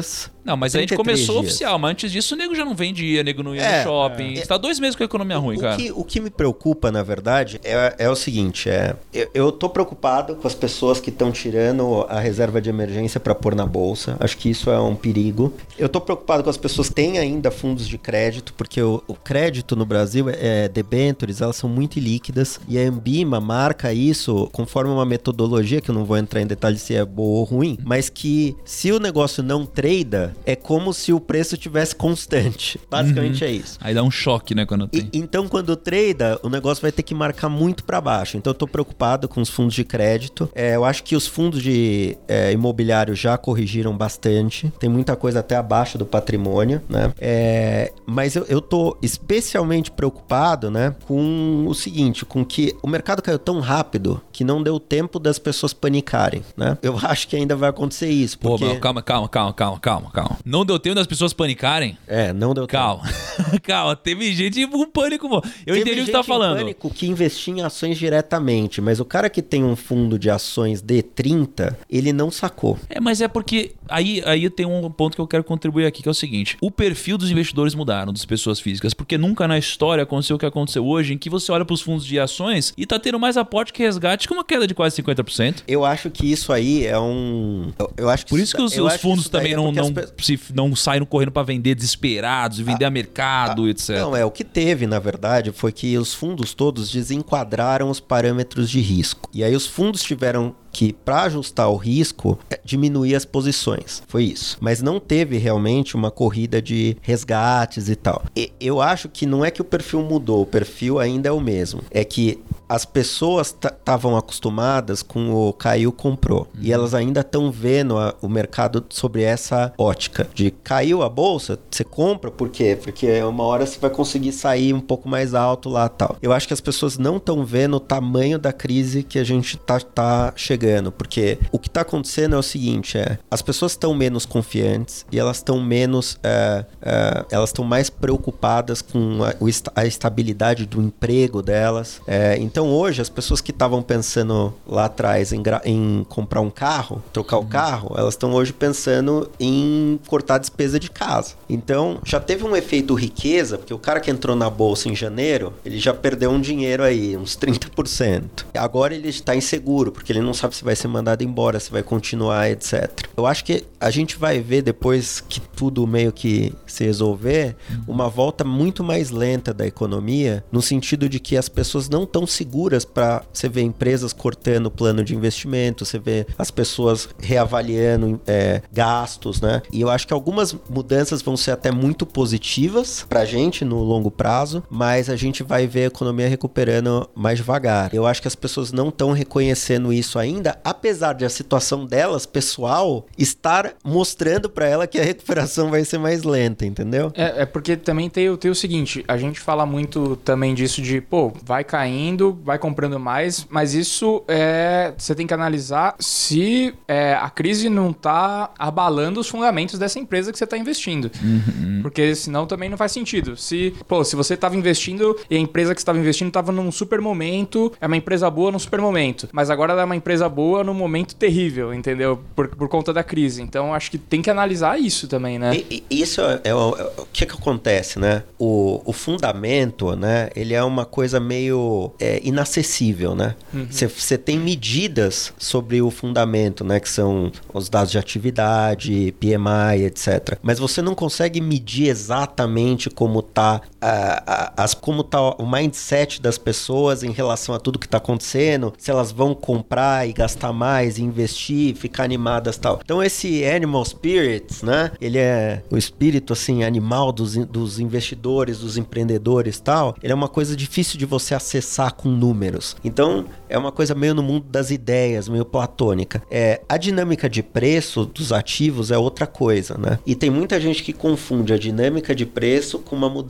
Não, mas a gente começou dias. oficial, mas antes disso o nego já não vendia, o nego não ia É, no shopping. é. Você tá dois meses com a economia ruim, o cara. Que, o que me preocupa, na verdade, é, é o seguinte, é, eu, eu tô preocupado com as pessoas que estão tirando a reserva de emergência para pôr na bolsa. Acho que isso é um perigo. Eu tô preocupado com as pessoas que têm ainda fundos de crédito, porque o, o crédito no Brasil, é, debêntures, elas são muito ilíquidas, e a Ambima marca isso conforme uma metodologia, que eu não vou entrar em detalhes se é boa ou ruim, mas que se o negócio não trada, é como se o preço tivesse constante. Basicamente uhum. é isso. Aí dá um choque, né, quando tem. E, então, quando trada, o negócio vai ter que marcar muito para baixo. Então, eu tô preocupado com os fundos de crédito. É, eu acho que os fundos de é, imobiliário já corrigiram bastante. Tem muita coisa até abaixo do patrimônio, né? É, mas eu, eu tô especialmente preocupado, né, com o seguinte, com que o mercado caiu tão rápido que não deu tempo das pessoas panicarem, né? Eu acho que ainda vai acontecer isso, porque... Pô, calma, calma, calma, calma, calma, calma. Não deu tempo das pessoas panicarem? É, não deu calma. tempo. Calma, teve gente com pânico, pô. Eu teve entendi o que você tá falando. falando. Pânico que investia em ações diretamente, mas o cara que tem um fundo de ações D trinta, ele não sacou. É, mas é porque aí, aí tem um ponto que eu quero contribuir aqui, que é o seguinte. O perfil dos investidores mudaram, das pessoas físicas, porque nunca na história aconteceu o que aconteceu hoje, em que você olha pros fundos de ações e tá tendo mais aporte que resgate, com uma queda de quase cinquenta por cento. Eu acho que isso aí é um... Eu, eu acho que Por isso, isso que os, os fundos também é não, não, pe... se, não saíram correndo para vender desesperados e vender ah, a mercado, ah, etcétera. Não, é, o que teve, na verdade, foi que os fundos todos desenquadraram os parâmetros de risco. E aí os fundos tiveram que, para ajustar o risco, diminuir as posições. Foi isso. Mas não teve realmente uma corrida de resgates e tal. E eu acho que não é que o perfil mudou, o perfil ainda é o mesmo. É que as pessoas estavam acostumadas com o caiu, comprou. Uhum. E elas ainda estão vendo a, o mercado sobre essa ótica. De caiu a bolsa, você compra, por quê? Porque uma hora você vai conseguir sair um pouco mais alto lá e tal. Eu acho que as pessoas não estão vendo o tamanho da crise que a gente tá, tá chegando. Porque o que está acontecendo é o seguinte, é, as pessoas estão menos confiantes e elas estão menos, é, é, elas estão mais preocupadas com a, a estabilidade do emprego delas. É, então hoje as pessoas que estavam pensando lá atrás em, em comprar um carro, trocar uhum. o carro, elas estão hoje pensando em cortar a despesa de casa. Então já teve um efeito riqueza, porque o cara que entrou na bolsa em janeiro, ele já perdeu um dinheiro aí, uns trinta por cento. Agora ele está inseguro, porque ele não sabe se vai ser mandado embora, se vai continuar, etcétera. Eu acho que a gente vai ver, depois que tudo meio que se resolver, uma volta muito mais lenta da economia, no sentido de que as pessoas não estão seguras para você ver empresas cortando o plano de investimento, você vê as pessoas reavaliando é, gastos, né? E eu acho que algumas mudanças vão ser até muito positivas pra gente no longo prazo, mas a gente vai ver a economia recuperando mais devagar. Eu acho que as pessoas não estão reconhecendo isso ainda, apesar de a situação delas, pessoal, estar mostrando pra ela que a recuperação vai ser mais lenta, entendeu? É, é porque também tem, tem o seguinte, a gente fala muito também disso de, pô, vai caindo, vai comprando mais, mas isso é, você tem que analisar se é, a crise não tá abalando os fundamentos dessa empresa que você tá investindo. Uhum. Porque senão também não faz sentido. Se, pô, se você tava investindo e a empresa que você tava investindo tava num super momento, é uma empresa boa num super momento, mas agora ela é uma empresa boa num momento terrível, entendeu? Por, por conta da crise. Então, acho que tem que analisar isso também, né? E, e isso é, é, o, é o que que acontece, né? O, o fundamento, né? Ele é uma coisa meio é, inacessível, né? Você uhum. tem medidas sobre o fundamento, né? Que são os dados de atividade, P M I, etcétera. Mas você não consegue medir exatamente como tá, a, a, as, como tá o mindset das pessoas em relação a tudo que tá acontecendo, se elas vão comprar e gastar mais, investir, ficar animadas e tal. Então esse animal spirits, né? Ele é o espírito assim animal dos, dos investidores, dos empreendedores e tal. Ele é uma coisa difícil de você acessar com números. Então é uma coisa meio no mundo das ideias, meio platônica. É, a dinâmica de preço dos ativos é outra coisa, né? E tem muita gente que confunde a dinâmica de preço com uma mudança de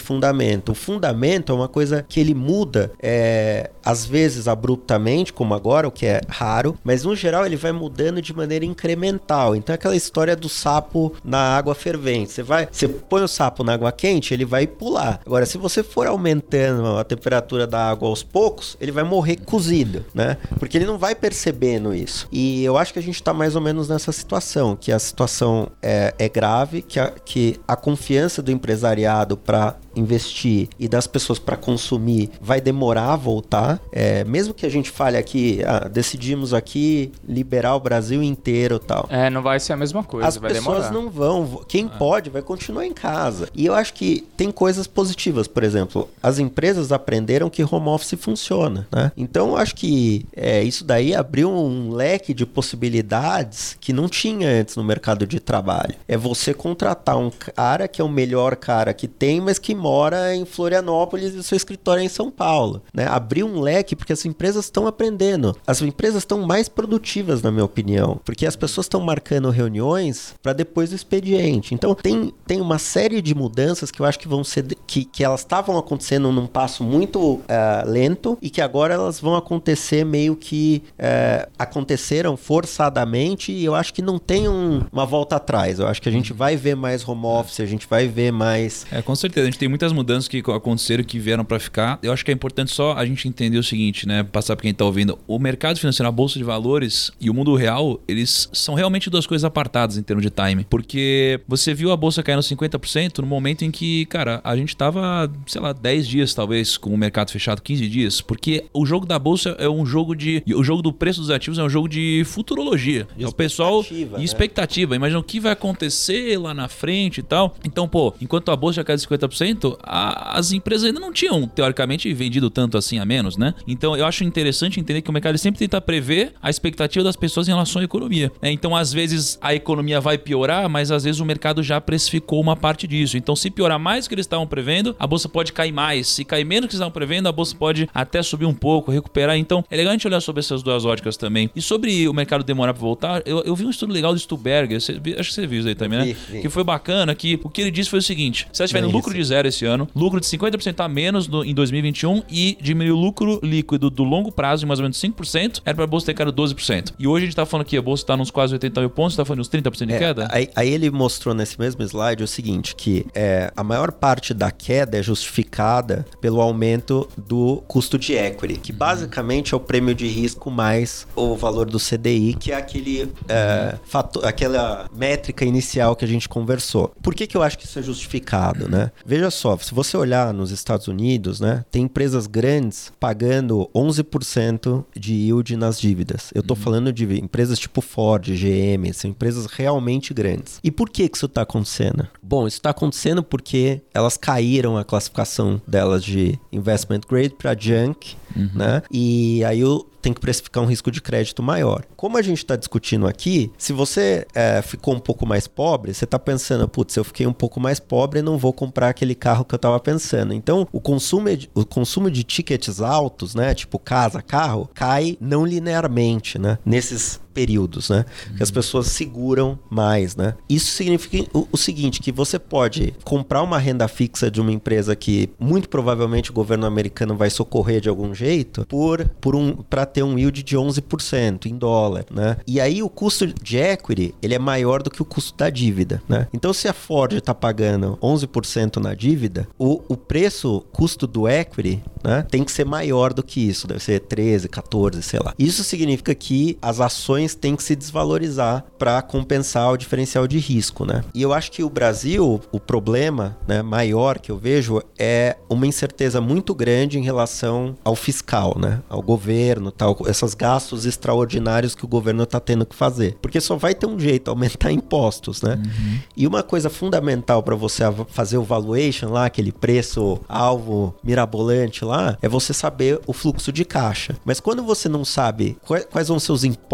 fundamento. O fundamento é uma coisa que ele muda, é, às vezes abruptamente, como agora, o que é raro, mas no geral ele vai mudando de maneira incremental. Então é aquela história do sapo na água fervente. Você vai, você põe o sapo na água quente, ele vai pular. Agora, se você for aumentando a temperatura da água aos poucos, ele vai morrer cozido, né? Porque ele não vai percebendo isso. E eu acho que a gente tá mais ou menos nessa situação, que a situação é, é grave, que a, que a confiança do empresariado para investir e das pessoas para consumir vai demorar a voltar. É, mesmo que a gente fale aqui, ah, decidimos aqui liberar o Brasil inteiro e tal. É, não vai ser a mesma coisa, As vai pessoas demorar. não vão. Quem ah. pode vai continuar em casa. E eu acho que tem coisas positivas. Por exemplo, as empresas aprenderam que home office funciona, né? Então eu acho que é, isso daí abriu um leque de possibilidades que não tinha antes no mercado de trabalho. É você contratar um cara que é o melhor cara que tem, mas que mora em Florianópolis e o seu escritório é em São Paulo, né? Abriu um leque porque as empresas estão aprendendo. As empresas estão mais produtivas, na minha opinião, porque as pessoas estão marcando reuniões para depois do expediente. Então tem, tem uma série de mudanças que eu acho que vão ser que, que elas estavam acontecendo num passo muito uh, lento e que agora elas vão acontecer meio que uh, aconteceram forçadamente, e eu acho que não tem um, uma volta atrás. Eu acho que a gente vai ver mais home office, a gente vai ver mais... É, com certeza. A gente tem muitas mudanças que aconteceram, que vieram para ficar. Eu acho que é importante só a gente entender o seguinte, né? Passar para quem tá ouvindo. O mercado financeiro, a bolsa de valores e o mundo real, eles são realmente duas coisas apartadas em termos de time. Porque você viu a bolsa caindo cinquenta por cento no momento em que, cara, a gente tava, sei lá, dez dias talvez com o mercado fechado, quinze dias. Porque o jogo da bolsa é um jogo de... O jogo do preço dos ativos é um jogo de futurologia. De é o pessoal... expectativa, E né? expectativa. Imagina o que vai acontecer lá na frente e tal. Então, pô, enquanto a bolsa já cai de cinquenta por cento, a, as empresas ainda não tinham, teoricamente, vendido tanto assim a menos, né? Então, eu acho interessante entender que o mercado sempre tenta prever a expectativa das pessoas em relação à economia. Né? Então, às vezes, a economia vai piorar, mas às vezes o mercado já precificou uma parte disso. Então, se piorar mais do que eles estavam prevendo, a bolsa pode cair mais. Se cair menos do que eles estavam prevendo, a bolsa pode até subir um pouco, recuperar. Então, é legal a gente olhar sobre essas duas óticas também. E sobre o mercado demorar para voltar, eu, eu vi um estudo legal do Stuberger, você, acho que você viu isso aí também, vi, né? vi. Que foi bacana, que o que ele disse foi o seguinte: se elas tiverem lucro de zero esse ano, lucro de cinquenta por cento a menos no, em dois mil e vinte e um e diminuir o lucro líquido do longo prazo em mais ou menos cinco por cento, era para a bolsa ter caído doze por cento. E hoje a gente tá falando que a bolsa tá nos quase oitenta mil pontos, tá falando uns trinta por cento de É, queda? aí, aí ele mostrou nesse mesmo slide o seguinte, que é, a maior parte da queda é justificada pelo aumento do custo de equity, que basicamente é o prêmio de risco mais o valor do C D I, que é aquele é, fator, aquela métrica inicial que a gente conversou. Por que que eu acho que isso é justificado, né? Veja só, se você olhar nos Estados Unidos, né, tem empresas grandes pagando onze por cento de yield nas dívidas. Eu tô uhum. falando de empresas tipo Ford, G M, são empresas realmente grandes. E por que que isso está acontecendo? Bom, isso está acontecendo porque elas caíram a classificação delas de investment grade para junk, uhum. né? E aí eu tem que precificar um risco de crédito maior. Como a gente está discutindo aqui, se você é, ficou um pouco mais pobre, você está pensando, putz, eu fiquei um pouco mais pobre, não vou comprar aquele carro que eu estava pensando. Então, o consumo, o consumo de tickets altos, né, tipo casa, carro, cai não linearmente, né, nesses períodos, né? Uhum. Que as pessoas seguram mais, né? Isso significa o, o seguinte, que você pode comprar uma renda fixa de uma empresa que muito provavelmente o governo americano vai socorrer de algum jeito por, por um, para ter um yield de onze por cento em dólar, né? E aí o custo de equity, ele é maior do que o custo da dívida, né? Então se a Ford está pagando onze por cento na dívida, o, o preço, custo do equity, né, tem que ser maior do que isso, deve ser treze, quatorze, sei lá. Isso significa que as ações têm que se desvalorizar para compensar o diferencial de risco, né? E eu acho que o Brasil, o problema, né, maior que eu vejo é uma incerteza muito grande em relação ao fiscal, né? Ao governo, tal, esses gastos extraordinários que o governo está tendo que fazer. Porque só vai ter um jeito, aumentar impostos, né? Uhum. E uma coisa fundamental para você fazer o valuation lá, aquele preço alvo mirabolante lá, é você saber o fluxo de caixa. Mas quando você não sabe quais vão ser os impostos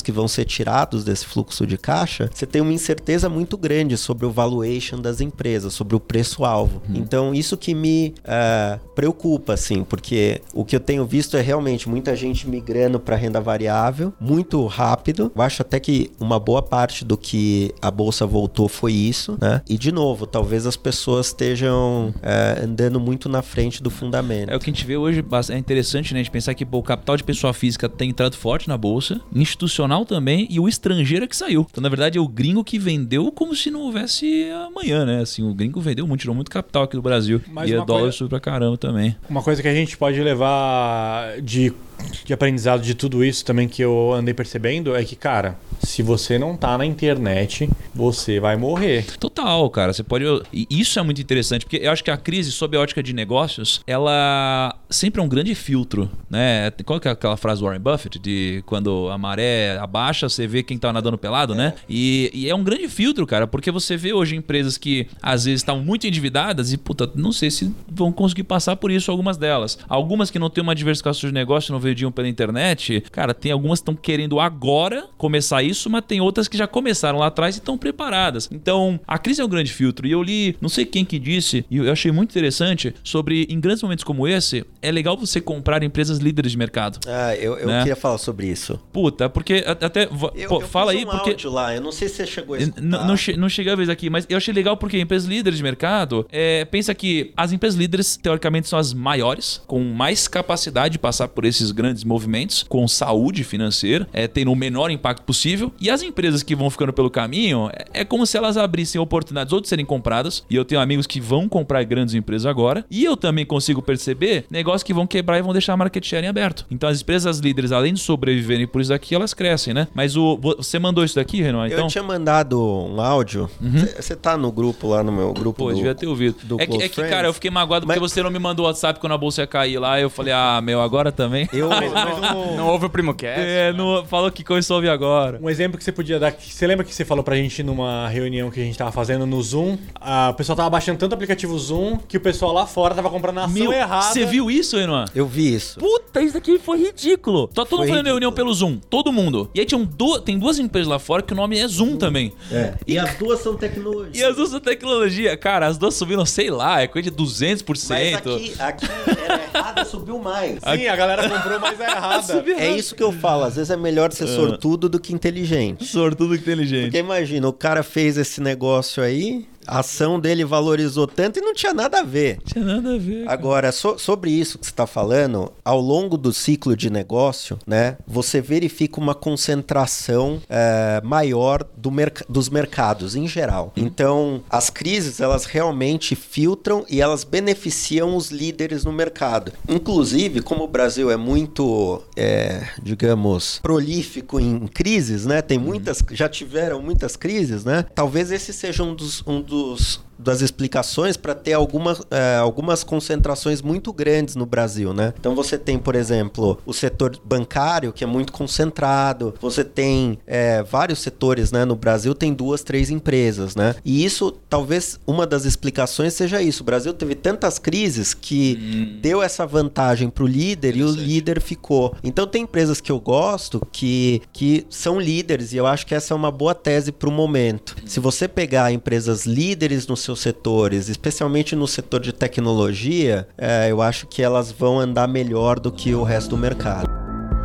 que vão ser tirados desse fluxo de caixa, você tem uma incerteza muito grande sobre o valuation das empresas, sobre o preço-alvo. Hum. Então, isso que me uh, preocupa, assim, porque o que eu tenho visto é realmente muita gente migrando para renda variável, muito rápido. Eu acho até que uma boa parte do que a Bolsa voltou foi isso, né? E, de novo, talvez as pessoas estejam uh, andando muito na frente do fundamento. É o que a gente vê hoje, é interessante, né? A gente pensar que pô, o capital de pessoa física tem entrado forte na Bolsa, institucional também, e o estrangeiro é que saiu. Então, na verdade, é o gringo que vendeu como se não houvesse amanhã, né? Assim, o gringo vendeu muito, tirou muito capital aqui do Brasil. Mas e o dólar coisa... subiu pra caramba também. Uma coisa que a gente pode levar de... de aprendizado de tudo isso também que eu andei percebendo é que, cara, se você não tá na internet, você vai morrer. Total, cara. Você pode... E isso é muito interessante, porque eu acho que a crise, sob a ótica de negócios, ela sempre é um grande filtro, né? Qual que é aquela frase do Warren Buffett? De quando a maré abaixa, você vê quem tá nadando pelado, é. né? E, e é um grande filtro, cara, porque você vê hoje empresas que às vezes estavam muito endividadas e, puta, não sei se vão conseguir passar por isso algumas delas. Algumas que não tem uma diversificação de negócio, não vendiam pela internet, cara, tem algumas que estão querendo agora começar isso, mas tem outras que já começaram lá atrás e estão preparadas. Então, a crise é um grande filtro. E eu li, não sei quem que disse, e eu achei muito interessante, sobre, em grandes momentos como esse, é legal você comprar empresas líderes de mercado. Ah, eu, eu né? queria falar sobre isso. Puta, porque até... Eu, pô, eu fala fiz aí, um porque... áudio lá, eu não sei se você chegou a escutar. Não, não, che, não cheguei a ver aqui, mas eu achei legal porque empresas líderes de mercado, é, pensa que as empresas líderes, teoricamente, são as maiores, com mais capacidade de passar por esses grandes movimentos, com saúde financeira, é, tendo o menor impacto possível. E as empresas que vão ficando pelo caminho, é, é como se elas abrissem oportunidades ou de serem compradas, e eu tenho amigos que vão comprar grandes empresas agora, e eu também consigo perceber negócios que vão quebrar e vão deixar a market share em aberto. Então as empresas líderes, além de sobreviverem por isso daqui, elas crescem, né? Mas o, você mandou isso daqui, Renan? Então? Eu tinha mandado um áudio. Você uhum. tá no grupo lá, no meu grupo? Pô, do, devia ter ouvido. É que, é que, cara, eu fiquei magoado mas... porque você não me mandou o WhatsApp quando a bolsa ia cair lá, eu falei, ah, meu, agora também. Eu, não, não houve o PrimoCast. É, não, falou que começou a ouvir agora. Um exemplo que você podia dar, você lembra que você falou pra gente numa reunião que a gente tava fazendo no Zoom, a, o pessoal tava baixando tanto o aplicativo Zoom que o pessoal lá fora tava comprando a ação Meu, errada. Você viu isso, Renan? Eu vi isso. Puta, isso daqui foi ridículo. Só todo mundo fazendo reunião pelo Zoom, todo mundo. E aí tinham do, tem duas empresas lá fora que o nome é Zoom, Zoom. também. É. E, e as duas são tecnologia. E as duas são tecnologia. Cara, as duas subiram, sei lá, é coisa de duzentos por cento. Mas aqui, aqui era errada, subiu mais. Sim, a galera comprou mais a errada. É isso que eu falo, às vezes é melhor ser sortudo do que inteligente. Sortudo que inteligente. Porque imagina, o cara fez esse negócio aí, a ação dele valorizou tanto e não tinha nada a ver. Tinha nada a ver. Cara. Agora, so, sobre isso que você está falando, ao longo do ciclo de negócio, né, você verifica uma concentração é, maior do merc- dos mercados em geral. Hum. Então, as crises, elas realmente filtram e elas beneficiam os líderes no mercado. Inclusive, como o Brasil é muito, é, digamos, prolífico em crises, né, tem muitas, hum. já tiveram muitas crises, né, talvez esse seja um dos, um dos Dos, das explicações para ter alguma, é, algumas concentrações muito grandes no Brasil, né? Então você tem, por exemplo, o setor bancário, que é muito concentrado, você tem é, vários setores, né? No Brasil tem duas, três empresas, né? E isso, talvez, uma das explicações seja isso. O Brasil teve tantas crises que hum. deu essa vantagem para o líder e o líder ficou. Então tem empresas que eu gosto que, que são líderes e eu acho que essa é uma boa tese para o momento. Hum. Se você pegar empresas líderes nos seus setores, especialmente no setor de tecnologia, é, eu acho que elas vão andar melhor do que o resto do mercado.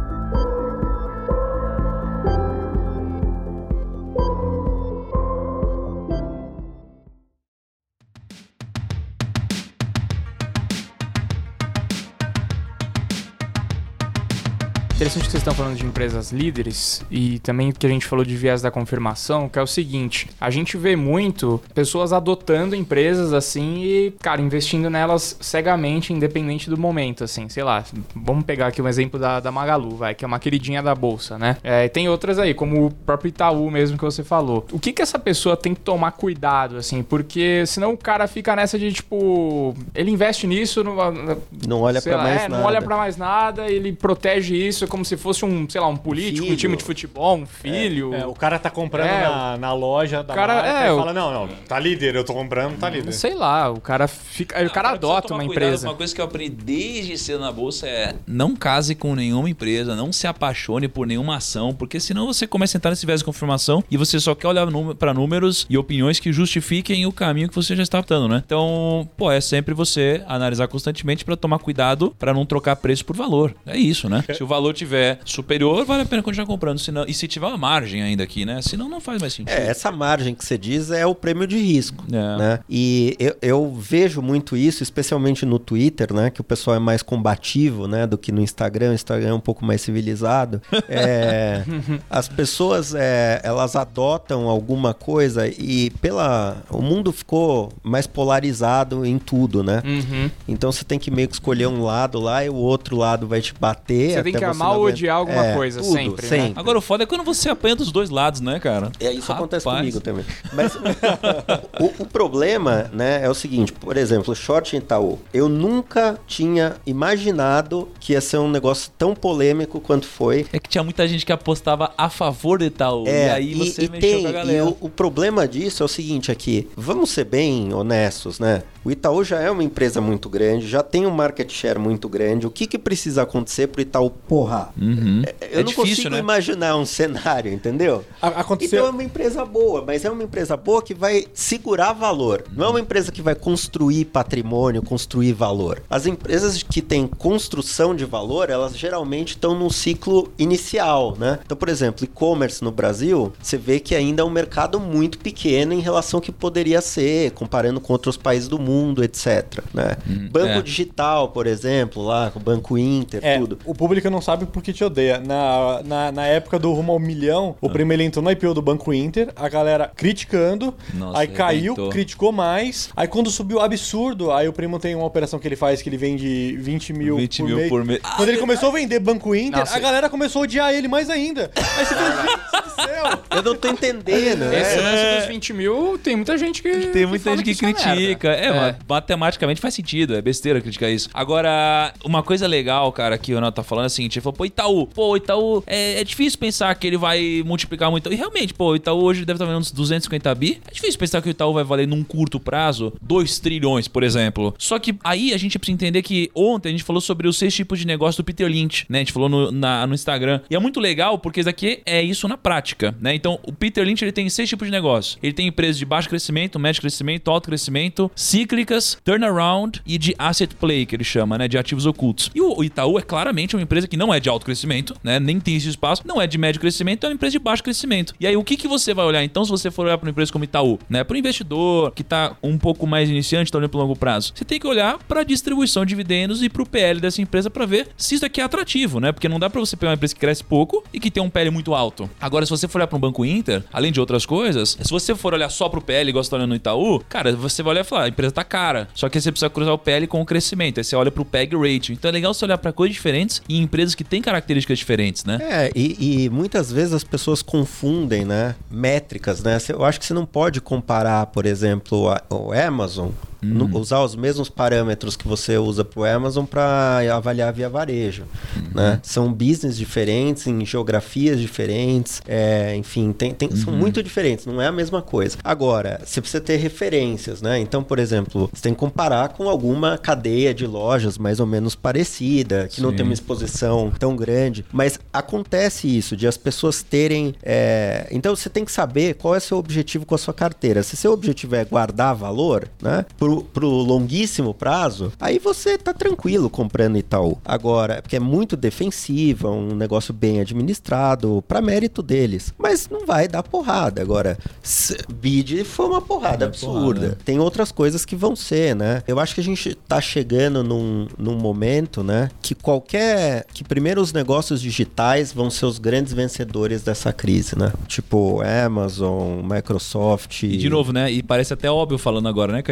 Interessante que vocês estão falando de empresas líderes e também que a gente falou de viés da confirmação, que é o seguinte, a gente vê muito pessoas adotando empresas assim e, cara, investindo nelas cegamente, independente do momento, assim, sei lá, vamos pegar aqui um exemplo da, da Magalu, vai, que é uma queridinha da bolsa, né? É, e tem outras aí, como o próprio Itaú mesmo que você falou. O que que essa pessoa tem que tomar cuidado, assim, porque senão o cara fica nessa de, tipo, ele investe nisso, não, não olha pra lá, mais é, nada. Não olha pra mais nada, ele protege isso, como como se fosse um, sei lá, um político, Filho. um time de futebol, um filho. É, o cara tá comprando É, na, na loja da cara- marca é, e o- fala, não, não, tá líder, eu tô comprando, tá líder. Sei lá, o cara fica. O cara Agora, precisa adota tomar uma cuidado. empresa. Uma coisa que eu aprendi desde cedo na bolsa é não case com nenhuma empresa, não se apaixone por nenhuma ação, porque senão você começa a entrar nesse viés de confirmação e você só quer olhar para números e opiniões que justifiquem o caminho que você já está optando, né? Então, pô, é sempre você analisar constantemente para tomar cuidado para não trocar preço por valor. É isso, né? Se o valor tiver superior, vale a pena continuar comprando, senão, e se tiver uma margem ainda aqui, né? Senão não faz mais sentido. É, essa margem que você diz é o prêmio de risco, É. né? E eu, eu vejo muito isso, especialmente no Twitter, né? Que o pessoal é mais combativo, né? Do que no Instagram. O Instagram é um pouco mais civilizado. É, as pessoas, é, elas adotam alguma coisa e pela... O mundo ficou mais polarizado em tudo, né? Uhum. Então você tem que meio que escolher um lado lá e o outro lado vai te bater. Você tem até que amar não ou aguenta- odiar alguma É, coisa, tudo, sempre, né? sempre. Agora o foda é quando você apanha dos dois lados, né, cara? É, isso acontece Rapaz. comigo também. Mas o, o problema, né, é o seguinte, por exemplo, short em Itaú. Eu nunca tinha imaginado que ia ser um negócio tão polêmico quanto foi. É que tinha muita gente que apostava a favor de Itaú. É, e aí você e mexeu tem, com a e galera. o, o problema disso é o seguinte aqui, vamos ser bem honestos, né? O Itaú já é uma empresa muito grande, já tem um market share muito grande. O que que precisa acontecer pro Itaú porrar? Uhum. É, Eu É não difícil, consigo né? imaginar um cenário, entendeu? A- aconteceu... Então é uma empresa boa, mas é uma empresa boa que vai segurar valor. Não é uma empresa que vai construir patrimônio, construir valor. As empresas que têm construção de valor, elas geralmente estão num ciclo inicial, né? Então, por exemplo, e-commerce no Brasil, você vê que ainda é um mercado muito pequeno em relação ao que poderia ser, comparando com outros países do mundo, etcétera. Né? Hum, Banco é. digital, por exemplo, lá com o Banco Inter, É, tudo. o público não sabe porque te odeia. Na, na, na época do rumo ao milhão, o primo ele entrou no I P O do Banco Inter, a galera criticando, Nossa, aí caiu, arrebentou. criticou mais, aí quando subiu absurdo, aí o primo tem uma operação que ele faz que ele vende vinte mil vinte por mil mês. por mês. Quando ele começou a vender Banco Inter, Nossa. a galera começou a odiar ele mais ainda. Aí você fala, gente do céu. Eu não tô entendendo, né? Esse lance dos vinte mil, tem muita gente que. Tem muita fala gente que isso é critica. merda. É, mas matematicamente faz sentido. É besteira criticar isso. Agora, uma coisa legal, cara, que o Renato tá falando é o seguinte: ele falou, pô, Itaú, pô, Itaú, é, é difícil pensar que ele vai multiplicar muito. E realmente, pô, o Itaú hoje deve estar valendo uns duzentos e cinquenta bi. É difícil pensar que o Itaú vai valer num curto prazo dois trilhões, por exemplo. Só que aí a gente precisa entender que ontem a gente falou sobre os seis tipos de negócio do Peter Lynch, né? A gente falou no, na- no Instagram. E é muito legal porque isso aqui é isso na prática, né? Então, o Peter Lynch, ele tem seis tipos de negócio. Ele tem empresas de baixo crescimento, médio crescimento, alto crescimento, cíclicas, turnaround e de asset play, que ele chama, né? De ativos ocultos. E o Itaú é claramente uma empresa que não é de alto crescimento, né? Nem tem esse espaço. Não é de médio crescimento, é uma empresa de baixo crescimento. E aí, o que, que você vai olhar, então, se você for olhar para uma empresa como Itaú, né? Para o investidor que tá um pouco mais iniciante, tá olhando para longo prazo. Você tem que olhar para a distribuição de dividendos e para o P L dessa empresa para ver se isso aqui é atrativo, né? Porque não dá para você pegar uma empresa que cresce pouco e que tem um P L muito alto. Agora, se você for olhar para um Banco Inter, além de outras coisas, se você for olhar só pro P L, igual você tá olhando no Itaú, cara, você vai olhar e falar, a empresa tá cara. Só que você precisa cruzar o P L com o crescimento. Aí você olha pro P E G ratio. Então é legal você olhar para coisas diferentes e empresas que têm características diferentes, né? É, e, e muitas vezes as pessoas confundem, né, métricas, né? Eu acho que você não pode comparar, por exemplo, a, o Amazon, no- usar os mesmos parâmetros que você usa pro Amazon para avaliar via varejo, né? São business diferentes, em geografias diferentes, é, enfim, tem, tem- são muito diferentes, não é a mesma coisa. Agora, você precisa ter referências, né? Então, por exemplo, você tem que comparar com alguma cadeia de lojas mais ou menos parecida, que não Sim. tem uma exposição tão grande, mas acontece isso, de as pessoas terem... é, Então, você tem que saber qual é o seu objetivo com a sua carteira. Se seu objetivo é guardar valor, né? Pro, pro longuíssimo prazo, aí você tá tranquilo comprando Itaú. Agora, porque é muito defensiva, um negócio bem administrado, pra mérito deles. Mas não vai dar porrada. Agora, se- bid foi uma porrada É absurda. porrada. Tem outras coisas que vão ser, né? Eu acho que a gente tá chegando num, num momento, né? Que qualquer... Que primeiro os negócios digitais vão ser os grandes vencedores dessa crise, né? Tipo Amazon, Microsoft... E de novo, né? E parece até óbvio falando agora, né, Kaique? É.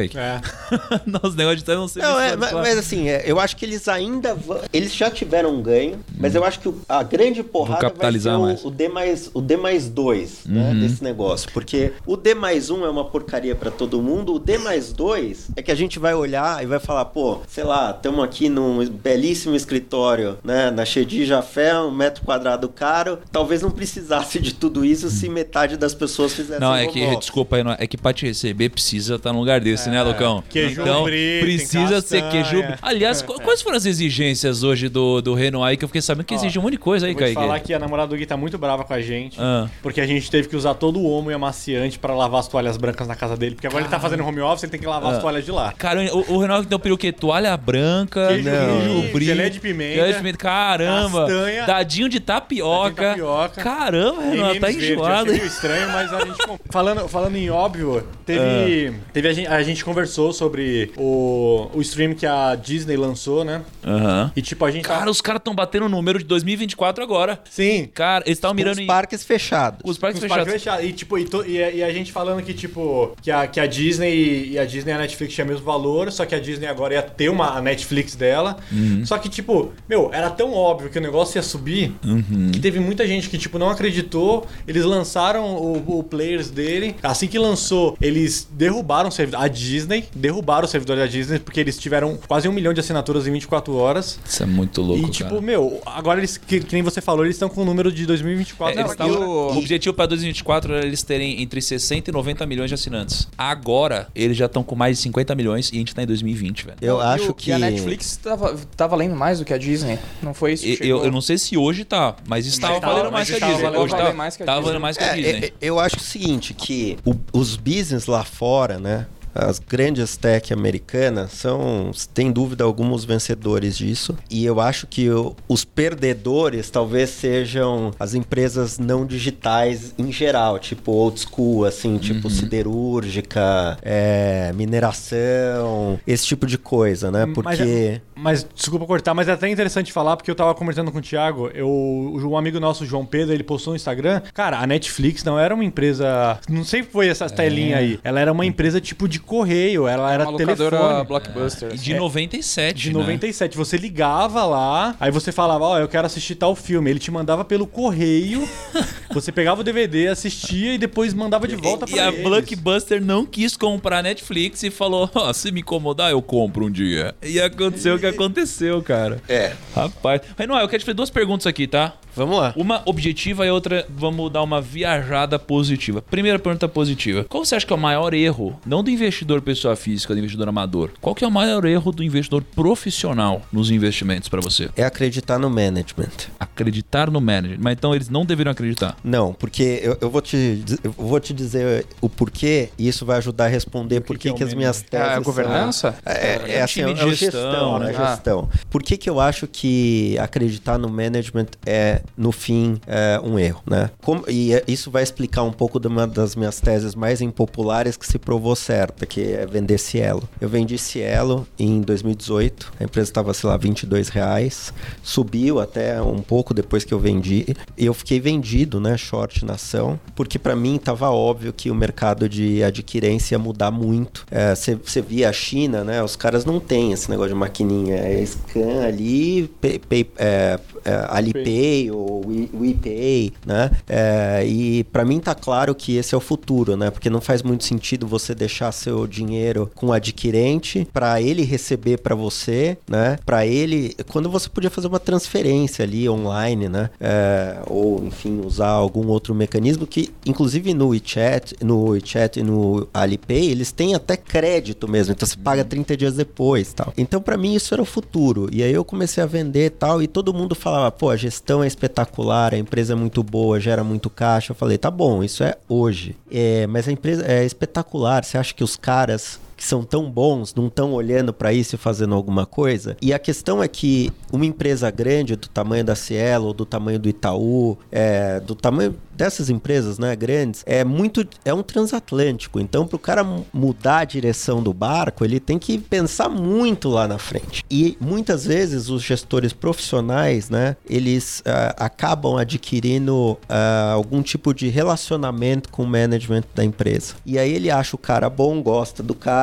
Nossa, negócio de terno não sei. Não, é, mas, mas assim, é, eu acho que eles ainda vão... Eles já tiveram um ganho, mas eu acho que o, a grande porrada vai ser o, o D mais, o D mais dois, né, uhum. desse negócio. Porque o D mais um é uma porcaria pra todo mundo, o D mais dois é que a gente vai olhar e vai falar, pô, sei lá, estamos aqui num belíssimo escritório, né, na Chedi Jafé, um metro quadrado caro, talvez não precisasse de tudo isso se metade das pessoas fizessem Não, é que, home desculpa aí, não, é que pra te receber precisa estar num lugar desse, é, né, Lucão? Queijo então, brie, precisa ser queijo. Aliás, quais foram as exigências hoje do, do Renault aí, que eu fiquei sabendo que Ó, exige um monte de coisa aí, Kaique? Vou te falar que a namorada do Gui tá muito brava com a gente, ah. porque a gente teve que usar todo o omo e amaciante pra lavar as toalhas brancas na casa dele, porque agora Caramba. ele tá fazendo home office, ele tem que lavar ah. as toalhas de lá. Caramba, o, o Renault deu o quê? Toalha branca, queijo não, brie, gelé de pimenta, gelé de pimenta, caramba, castanha, dadinho de tapioca. Dadinho de tapioca. Caramba, Renault, tá enjoado. Meio estranho, mas a gente... falando, falando em óbvio, teve... Ah. teve a, gente, a gente conversou sobre o, o stream que a Disney lançou, né? Aham. E tipo, a gente... Cara, tá... os caras estão batendo o número de dois mil e vinte e quatro agora. Sim. Cara, eles estavam mirando os em... parques fechados. Os parques os fechados. Parques fechados. E tipo, e, to, e, a, e a gente falando que tipo, que a, que a Disney e a Disney e a Netflix tinham o mesmo valor, só que a Disney agora ia ter uma a Netflix dela. Uhum. Só que tipo, meu, era tão óbvio que o negócio ia subir, uhum. que teve muita gente que tipo não acreditou. Eles lançaram o, o Players dele. Assim que lançou, eles derrubaram o servidor, a Disney, derrubaram o servidor da Disney, porque eles tiveram quase um milhão de assinaturas em vinte e quatro horas. Isso é muito louco, E tipo, cara. meu, agora eles, que, que nem você falou, eles estão com o número de dois mil e vinte e quatro. É, Não, tavam, o... o objetivo para dois mil e vinte e quatro era eles terem entre sessenta e noventa milhões de assinantes. Agora, eles já estão com mais de cinquenta milhões e a gente tá em dois mil e vinte, velho. Eu Não, acho e o, que... E a Netflix tava, tá valendo mais do que a Disney. Não foi isso que eu, eu não sei se hoje tá, mas estava mas valendo tava, mais, mas que a Disney. tava Hoje valendo tá, mais que a tava Disney. valendo mais que a É, Disney. é, eu acho o seguinte, que o, os business lá fora, né? As grandes tech americanas são, sem dúvida alguma, os vencedores disso. E eu acho que o, os perdedores talvez sejam as empresas não digitais em geral, tipo old school, assim, tipo uhum. siderúrgica, é, mineração, esse tipo de coisa, né? Porque... Mas, mas, desculpa cortar, mas é até interessante falar, porque eu tava conversando com o Thiago, eu, um amigo nosso, João Pedro, ele postou no Instagram, cara, a Netflix não era uma empresa, não sei se foi essa telinha é. aí, ela era uma empresa tipo de correio, ela era uma telefone. Blockbuster. É. De noventa e sete, De né? noventa e sete. Você ligava lá, aí você falava, ó, oh, eu quero assistir tal filme. Ele te mandava pelo correio, você pegava o D V D, assistia e depois mandava de volta e, pra e a eles. Blockbuster não quis comprar a Netflix e falou, ó, oh, se me incomodar, eu compro um dia. E aconteceu o que aconteceu, cara. É. Rapaz. Renan, eu quero te fazer duas perguntas aqui, tá? Vamos lá. Uma objetiva e outra, vamos dar uma viajada positiva. Primeira pergunta positiva. Qual você acha que é o maior erro, não do investidor pessoa física, do investidor amador, qual que é o maior erro do investidor profissional nos investimentos pra você? É acreditar no management. Acreditar no management. Mas então eles não deveriam acreditar? Não, porque eu, eu, vou, te, eu vou te dizer o porquê e isso vai ajudar a responder por que, que, que é as minhas teses... É a governança? São, é, é, é, assim, time é de gestão, gestão, né? Ah. Gestão. Por que que eu acho que acreditar no management é, no fim, é um erro, né? Como, e isso vai explicar um pouco de uma das minhas teses mais impopulares que se provou certa, que é vender Cielo. Eu vendi Cielo em dois mil e dezoito, a empresa estava, sei lá, vinte e dois reais, subiu até um pouco depois que eu vendi, e eu fiquei vendido, né, short na ação, porque para mim estava óbvio que o mercado de adquirência ia mudar muito. Você é, via a China, né, os caras não têm esse negócio de maquininha, é scan ali, pay, pay, é, é, Alipay ou WePay, né, é, e para mim tá claro que esse é o futuro, né, porque não faz muito sentido você deixar seu dinheiro com o adquirente para ele receber para você, né, para ele, quando você podia fazer uma transferência ali online, né, é, ou enfim, usar algum outro mecanismo que, inclusive no WeChat, no WeChat e no Alipay, eles têm até crédito mesmo, então você paga trinta dias depois, tal. Então para mim isso era o futuro, e aí eu comecei a vender tal, e todo mundo falava, pô, a gestão é espetacular, a empresa é muito boa, gera muito caixa. Eu falei, tá bom, isso é hoje, é, mas a empresa é espetacular, você acha que os caras que são tão bons, não estão olhando para isso e fazendo alguma coisa? E a questão é que uma empresa grande do tamanho da Cielo, ou do tamanho do Itaú, é, do tamanho dessas empresas, né, grandes, é muito, é um transatlântico. Então, para o cara mudar a direção do barco, ele tem que pensar muito lá na frente. E muitas vezes os gestores profissionais, né, eles uh, acabam adquirindo uh, algum tipo de relacionamento com o management da empresa. E aí ele acha o cara bom, gosta do cara,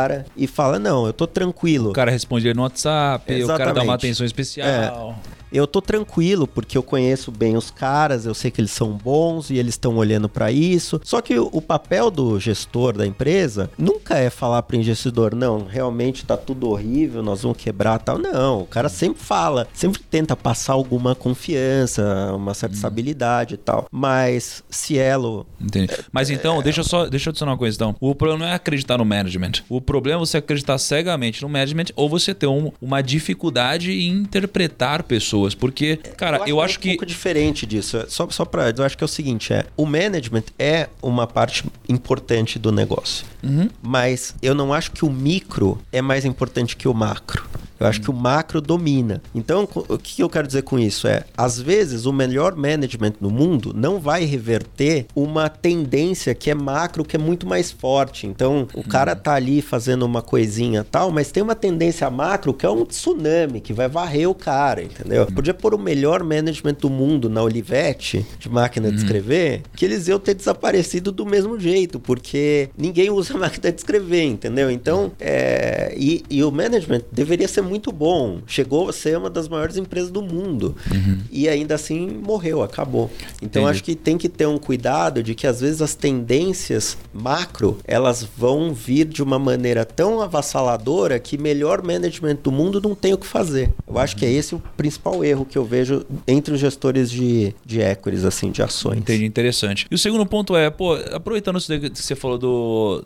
cara e fala, não, eu tô tranquilo. O cara responde ele no WhatsApp, Exatamente. O cara dá uma atenção especial. É. Eu tô tranquilo porque eu conheço bem os caras, eu sei que eles são bons e eles estão olhando para isso. Só que o, o papel do gestor da empresa nunca é falar para o investidor, não, realmente tá tudo horrível, nós vamos quebrar tal. Não, o cara sempre fala, sempre tenta passar alguma confiança, uma certa estabilidade e tal. Mas Cielo... Entendi. Mas então, é... deixa eu só deixa eu adicionar uma coisa então. O problema não é acreditar no management. O problema é você acreditar cegamente no management ou você ter um, uma dificuldade em interpretar pessoas. Porque, cara, eu acho, eu acho é um que... um pouco diferente disso. Só, só pra... Eu acho que é o seguinte, é... O management é uma parte importante do negócio. Uhum. Mas eu não acho que o micro é mais importante que o macro. Eu acho que o macro domina. Então, o que eu quero dizer com isso é, às vezes, o melhor management no mundo não vai reverter uma tendência que é macro, que é muito mais forte. Então, o cara tá ali fazendo uma coisinha tal, mas tem uma tendência macro que é um tsunami, que vai varrer o cara, entendeu? Podia pôr o melhor management do mundo na Olivetti, de máquina de escrever, que eles iam ter desaparecido do mesmo jeito, porque ninguém usa máquina de escrever, entendeu? Então, é... e, e o management deveria ser muito bom. Chegou a ser uma das maiores empresas do mundo. Uhum. E ainda assim morreu, acabou. Então Entendi. Acho que tem que ter um cuidado de que às vezes as tendências macro, elas vão vir de uma maneira tão avassaladora que melhor management do mundo não tem o que fazer. Eu acho uhum. que é esse o principal erro que eu vejo entre os gestores de, de equities, assim, de ações. Entendi, interessante. E o segundo ponto é, pô, aproveitando isso que você falou do,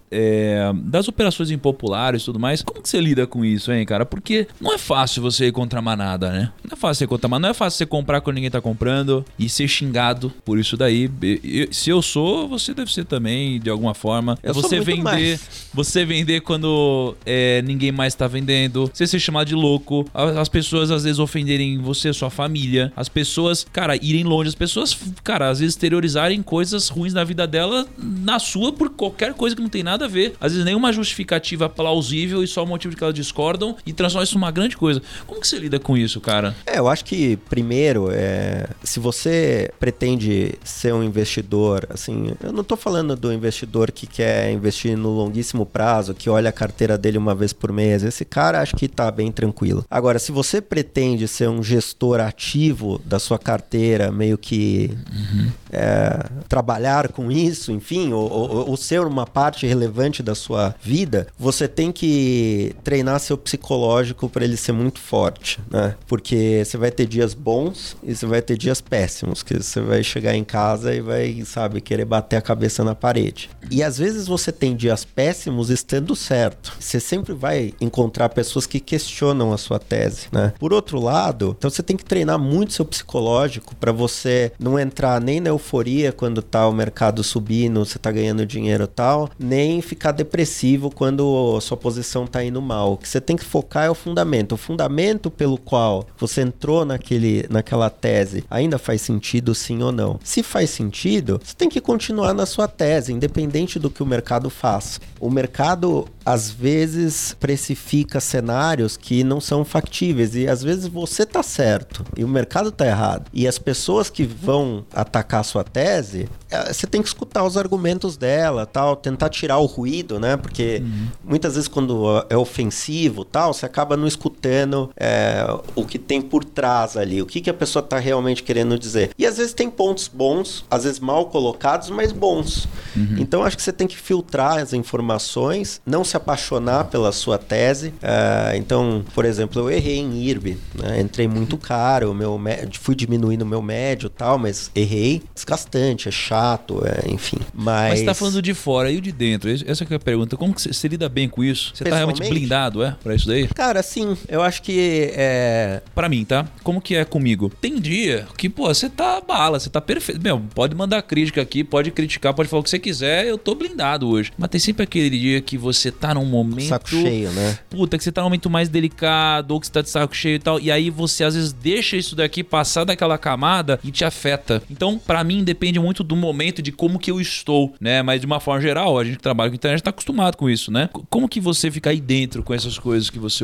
é, das operações impopulares e tudo mais, como que você lida com isso, hein, cara? Porque não é fácil você ir contra a manada, né? Não é fácil você ir contra a manada, não é fácil você comprar quando ninguém tá comprando e ser xingado por isso daí. Eu, se eu sou, você deve ser também, de alguma forma. Eu você sou vender, mais. Você vender quando é, ninguém mais tá vendendo, você ser chamado de louco, as pessoas às vezes ofenderem você, sua família, as pessoas, cara, irem longe, as pessoas, cara, às vezes exteriorizarem coisas ruins na vida dela, na sua, por qualquer coisa que não tem nada a ver. Às vezes nenhuma justificativa plausível e só o motivo de que elas discordam e transforma isso numa grande coisa. Como que você lida com isso, cara? É, eu acho que, primeiro, é, se você pretende ser um investidor, assim, eu não tô falando do investidor que quer investir no longuíssimo prazo, que olha a carteira dele uma vez por mês. Esse cara, acho que tá bem tranquilo. Agora, se você pretende ser um gestor ativo da sua carteira, meio que uhum. é, trabalhar com isso, enfim, ou, ou, ou ser uma parte relevante da sua vida, você tem que treinar seu psicológico para ele ser muito forte, né? Porque você vai ter dias bons e você vai ter dias péssimos, que você vai chegar em casa e vai, sabe, querer bater a cabeça na parede. E às vezes você tem dias péssimos estando certo. Você sempre vai encontrar pessoas que questionam a sua tese, né? Por outro lado, então você tem que treinar muito seu psicológico para você não entrar nem na euforia quando tá o mercado subindo, você tá ganhando dinheiro e tal, nem ficar depressivo quando a sua posição tá indo mal. O que você tem que focar é o fundamento. O fundamento pelo qual você entrou naquele, naquela tese ainda faz sentido, sim ou não? Se faz sentido, você tem que continuar na sua tese, independente do que o mercado faça. O mercado, às vezes, precifica cenários que não são factíveis e, às vezes, você tá certo e o mercado tá errado. E as pessoas que vão atacar a sua tese, você tem que escutar os argumentos dela, tal, tentar tirar o ruído, né? Porque uhum. muitas vezes quando é ofensivo, tal, você acaba não escutando é, o que tem por trás ali, o que, que a pessoa tá realmente querendo dizer. E às vezes tem pontos bons, às vezes mal colocados, mas bons. Uhum. Então acho que você tem que filtrar as informações, não se apaixonar pela sua tese. É, então, por exemplo, eu errei em I R B, né? Entrei muito caro, meu médio, fui diminuindo o meu médio e tal, mas errei. Desgastante, é chato, é, enfim. Mas... mas você tá falando de fora e o de dentro? Essa que é a pergunta. Como que você, você lida bem com isso? Você tá realmente blindado, é? Pra isso daí? Cara, sim. Eu acho que é... Pra mim, tá? Como que é comigo? Tem dia que, pô, você tá bala, você tá perfeito. Meu, pode mandar crítica aqui, pode criticar, pode falar o que você quiser, eu tô blindado hoje. Mas tem sempre aquele dia que você tá num momento... saco cheio, né? Puta, que você tá num momento mais delicado, ou que você tá de saco cheio e tal, e aí você às vezes deixa isso daqui passar daquela camada e te afeta. Então, pra mim, depende muito do momento, de como que eu estou, né? Mas de uma forma geral, a gente que trabalha com internet tá acostumado com isso, né? Como que você fica aí dentro com essas coisas que você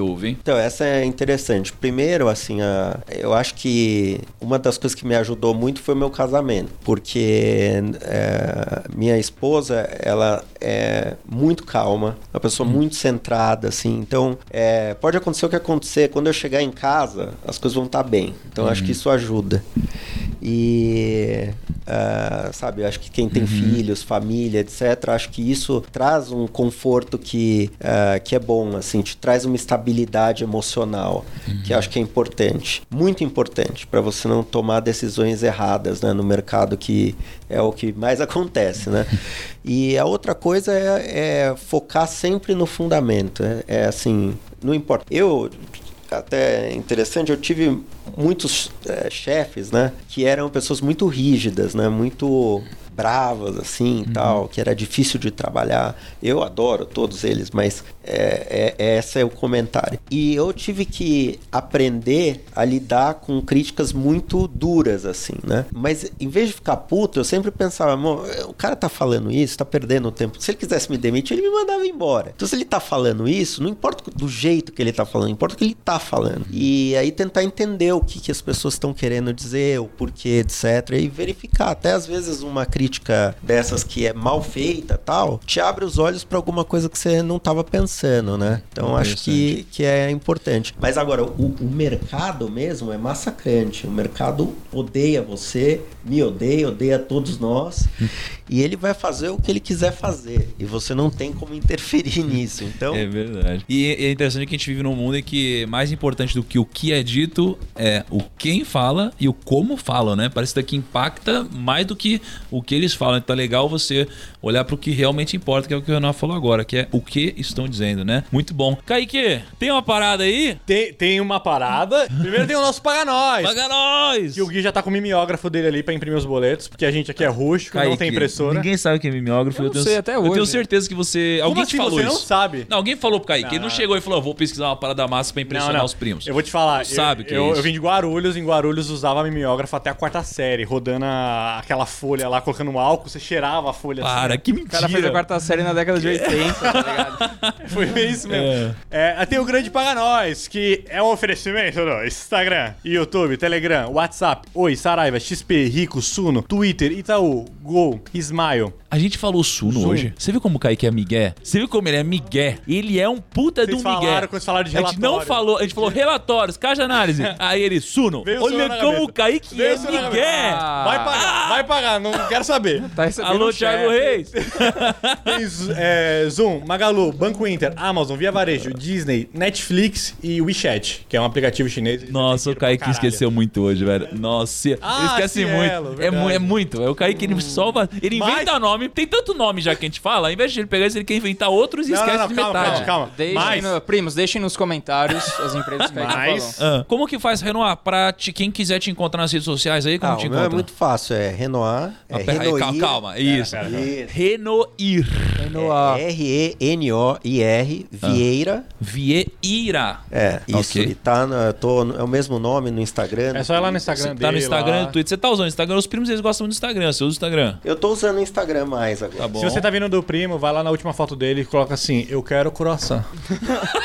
ouve, hein? Então, essa é interessante. Primeiro, assim, a, eu acho que uma das coisas que me ajudou muito foi o meu casamento, porque é, minha esposa, ela é muito calma, uma pessoa hum. muito centrada, assim, então é, pode acontecer o que acontecer, quando eu chegar em casa, as coisas vão estar bem, então hum. acho que isso ajuda. E uh, sabe, eu acho que quem tem uhum. filhos, família, etc, acho que isso traz um conforto que, uh, que é bom, assim, te traz uma estabilidade emocional, uhum. que eu acho que é importante, muito importante, para você não tomar decisões erradas, né, no mercado, que é o que mais acontece, né? E a outra coisa é, é focar sempre no fundamento, é, é assim, não importa. Eu até interessante, eu tive muitos é, chefes, né, que eram pessoas muito rígidas, né, muito bravas, assim, e uhum. tal, que era difícil de trabalhar. Eu adoro todos eles, mas é, é, esse é o comentário. E eu tive que aprender a lidar com críticas muito duras, assim, né? Mas em vez de ficar puto, eu sempre pensava, o cara tá falando isso, tá perdendo tempo. Se ele quisesse me demitir, ele me mandava embora. Então, se ele tá falando isso, não importa do jeito que ele tá falando, importa o que ele tá falando. E aí tentar entender o que, que as pessoas estão querendo dizer, o porquê, etcétera. E verificar. Até às vezes uma crítica dessas que é mal feita, tal, te abre os olhos para alguma coisa que você não estava pensando, né? Então acho que, que é importante. Mas agora, o, o mercado mesmo é massacrante. O mercado odeia você, me odeia, odeia todos nós. E ele vai fazer o que ele quiser fazer. E você não tem como interferir nisso. Então... É verdade. E é interessante que a gente vive num mundo em que mais importante do que o que é dito é o quem fala e o como falam, né? Parece que daqui impacta mais do que o que eles falam. Então é legal você olhar para o que realmente importa, que é o que o Renan falou agora, que é o que estão dizendo, né? Muito bom. Kaique, tem uma parada aí? Tem, tem uma parada. Primeiro tem o nosso Paga Nós. Paga Nós! Que o Gui já tá com o mimeógrafo dele ali para imprimir os boletos, porque a gente aqui é rústico, Kaique, não tem impressora. Ninguém sabe o que é mimeógrafo. Eu, eu não tenho, sei até hoje. Eu tenho certeza que você... Como alguém assim, te falou você isso. não sabe? Não, alguém falou pro Kaique. Não, Ele não não. chegou e falou, vou pesquisar uma parada massa pra impressionar não, não. os primos. Eu vou te falar. Não eu, sabe o que eu, é isso. Eu vim de Guarulhos, em Guarulhos usava mimeógrafo até a quarta série, rodando a, aquela folha lá, colocando um álcool, você cheirava a folha. Para, assim, que O mentira. cara fez a quarta série na década de oitenta, tá ligado? Foi bem isso mesmo. É. É, tem o Grande Paga Nós, que é um oferecimento do Instagram, YouTube, Telegram, WhatsApp, Oi, Saraiva, X P, Rico, Suno, Twitter, Itaú, Gol, Smile. A gente falou Suno Zoom. hoje. Você viu como o Kaique é migué? Você viu como ele é migué? Ele é um puta Vocês de um migué. falaram quando falaram de A gente não relatório. falou, a gente falou relatórios, caixa de análise. Aí ele, Suno. Veio o Suno Olha na como cabeça. o Kaique Veio é o Suno na migué. Ah. Vai pagar, vai pagar, não quero saber. Tá recebendo Alô, um Thiago chefe. Reis. Tem é, Zoom, Magalu, Banco Inter, Amazon, Via Varejo, Disney, Netflix e WeChat, que é um aplicativo chinês. Nossa, o Kaique esqueceu muito hoje, velho. Nossa, Ah, ele esquece Cielo, muito. É, mu- é muito. É o Kaique, ele só... Ele Mas- inventa nome. Tem tanto nome já que a gente fala. Ao invés de ele pegar isso, ele quer inventar outros e Não, esquece não, não, de calma, metade. calma, calma. Deixem Mas- no- primos, deixem nos comentários as empresas que a gente Mas- falou. Ah, como que faz, Renoir, pra te, quem quiser te encontrar nas redes sociais aí, como Ah, te o meu encontra? é muito fácil, é Renoir, é Ah, pera aí, calma, Renoir, calma, isso. pera, pera. Isso. Renoir. É R E N O I R, Vieira. Vieira. É, isso. Ok. E tá no, tô, no- é o mesmo nome no Instagram. É só ir lá no Instagram Você dele. tá no Instagram e lá. no Twitter. Você tá usando o Instagram? Os primos, eles gostam muito do Instagram. Você usa o Instagram. Eu tô usando o Instagram mais agora. Tá bom. Se você tá vindo do primo, vai lá na última foto dele e coloca assim, eu quero croissant. Eu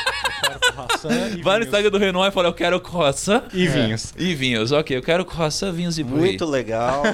quero croissant e Vai no vinhos. Instagram do Renoir e fala, eu quero croissant. E vinhos. E vinhos, ok. Eu quero croissant, vinhos e brie. Muito legal.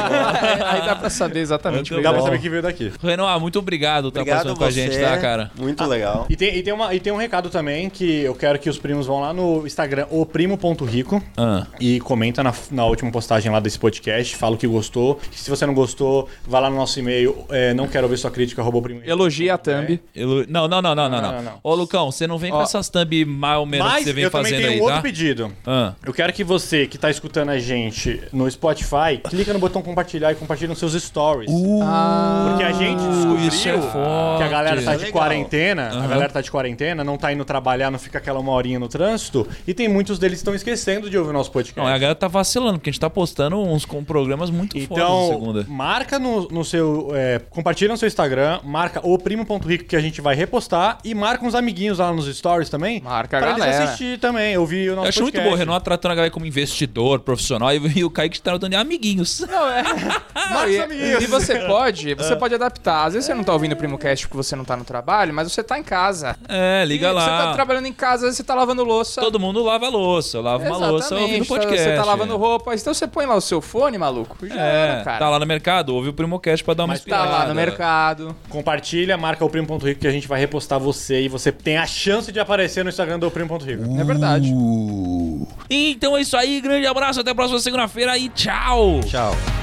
Aí dá pra saber exatamente o que Dá pra é. saber que veio daqui. Renoir, muito obrigado por estar Obrigado participando com a você. gente, tá, cara? Muito legal. E tem, e, tem uma, e tem um recado também que eu quero que os primos vão lá no Instagram, oprimo.rico, Ah. e comenta na, na última postagem lá desse podcast, fala o que gostou. Se você não gostou, vai lá no nosso e-mail, é, não quero ouvir sua crítica, arroba oprimo. Elogia a thumb. Elu- Não, não, não, não, não, Não, não. não, não. Ô, Lucão, você não vem com Ó. essas thumb mal ou menos que Mas você vem eu também fazendo tenho aí, um outro tá? pedido. Ah. Eu quero que você que tá escutando a gente no Spotify, clica no botão compartilhar e compartilha nos seus stories. Ah, Porque a gente descobriu isso é forte. que a galera tá Isso é de legal. quarentena, a Aham. galera tá de quarentena, não tá indo trabalhar, não fica aquela uma horinha no trânsito, e tem muitos deles que estão esquecendo de ouvir o nosso podcast. Não, a galera tá vacilando, porque a gente tá postando uns com programas muito fodas na Então, segunda. marca no, no seu. É, compartilha no seu Instagram, marca o primo.rico que a gente vai repostar e marca uns amiguinhos lá nos stories também. Marca com a pra eles galera. assistir também. Eu vi o nosso Eu acho muito podcast. bom o Renato tratando a galera como investidor, profissional, e o Kaique tratando de amiguinhos. Não, é. Não, e, amigos. e você pode, você pode adaptar. Às vezes você não tá ouvindo o PrimoCast porque você não tá no trabalho, mas você tá em casa. É, liga E lá. Você tá trabalhando em casa, às vezes você tá lavando louça. Todo mundo lava a louça. Eu lavo uma louça ouvindo o podcast. Você tá lavando roupa, então você põe lá o seu fone, maluco. Já É, era, cara. tá lá no mercado, ouve o PrimoCast pra dar uma Mas Tá inspirada. lá no mercado. Compartilha, marca o Primo.rico que a gente vai repostar você e você tem a chance de aparecer no Instagram do Primo.rico. É verdade. Uh. Então é isso aí, grande abraço, até a próxima segunda-feira e tchau! Tchau.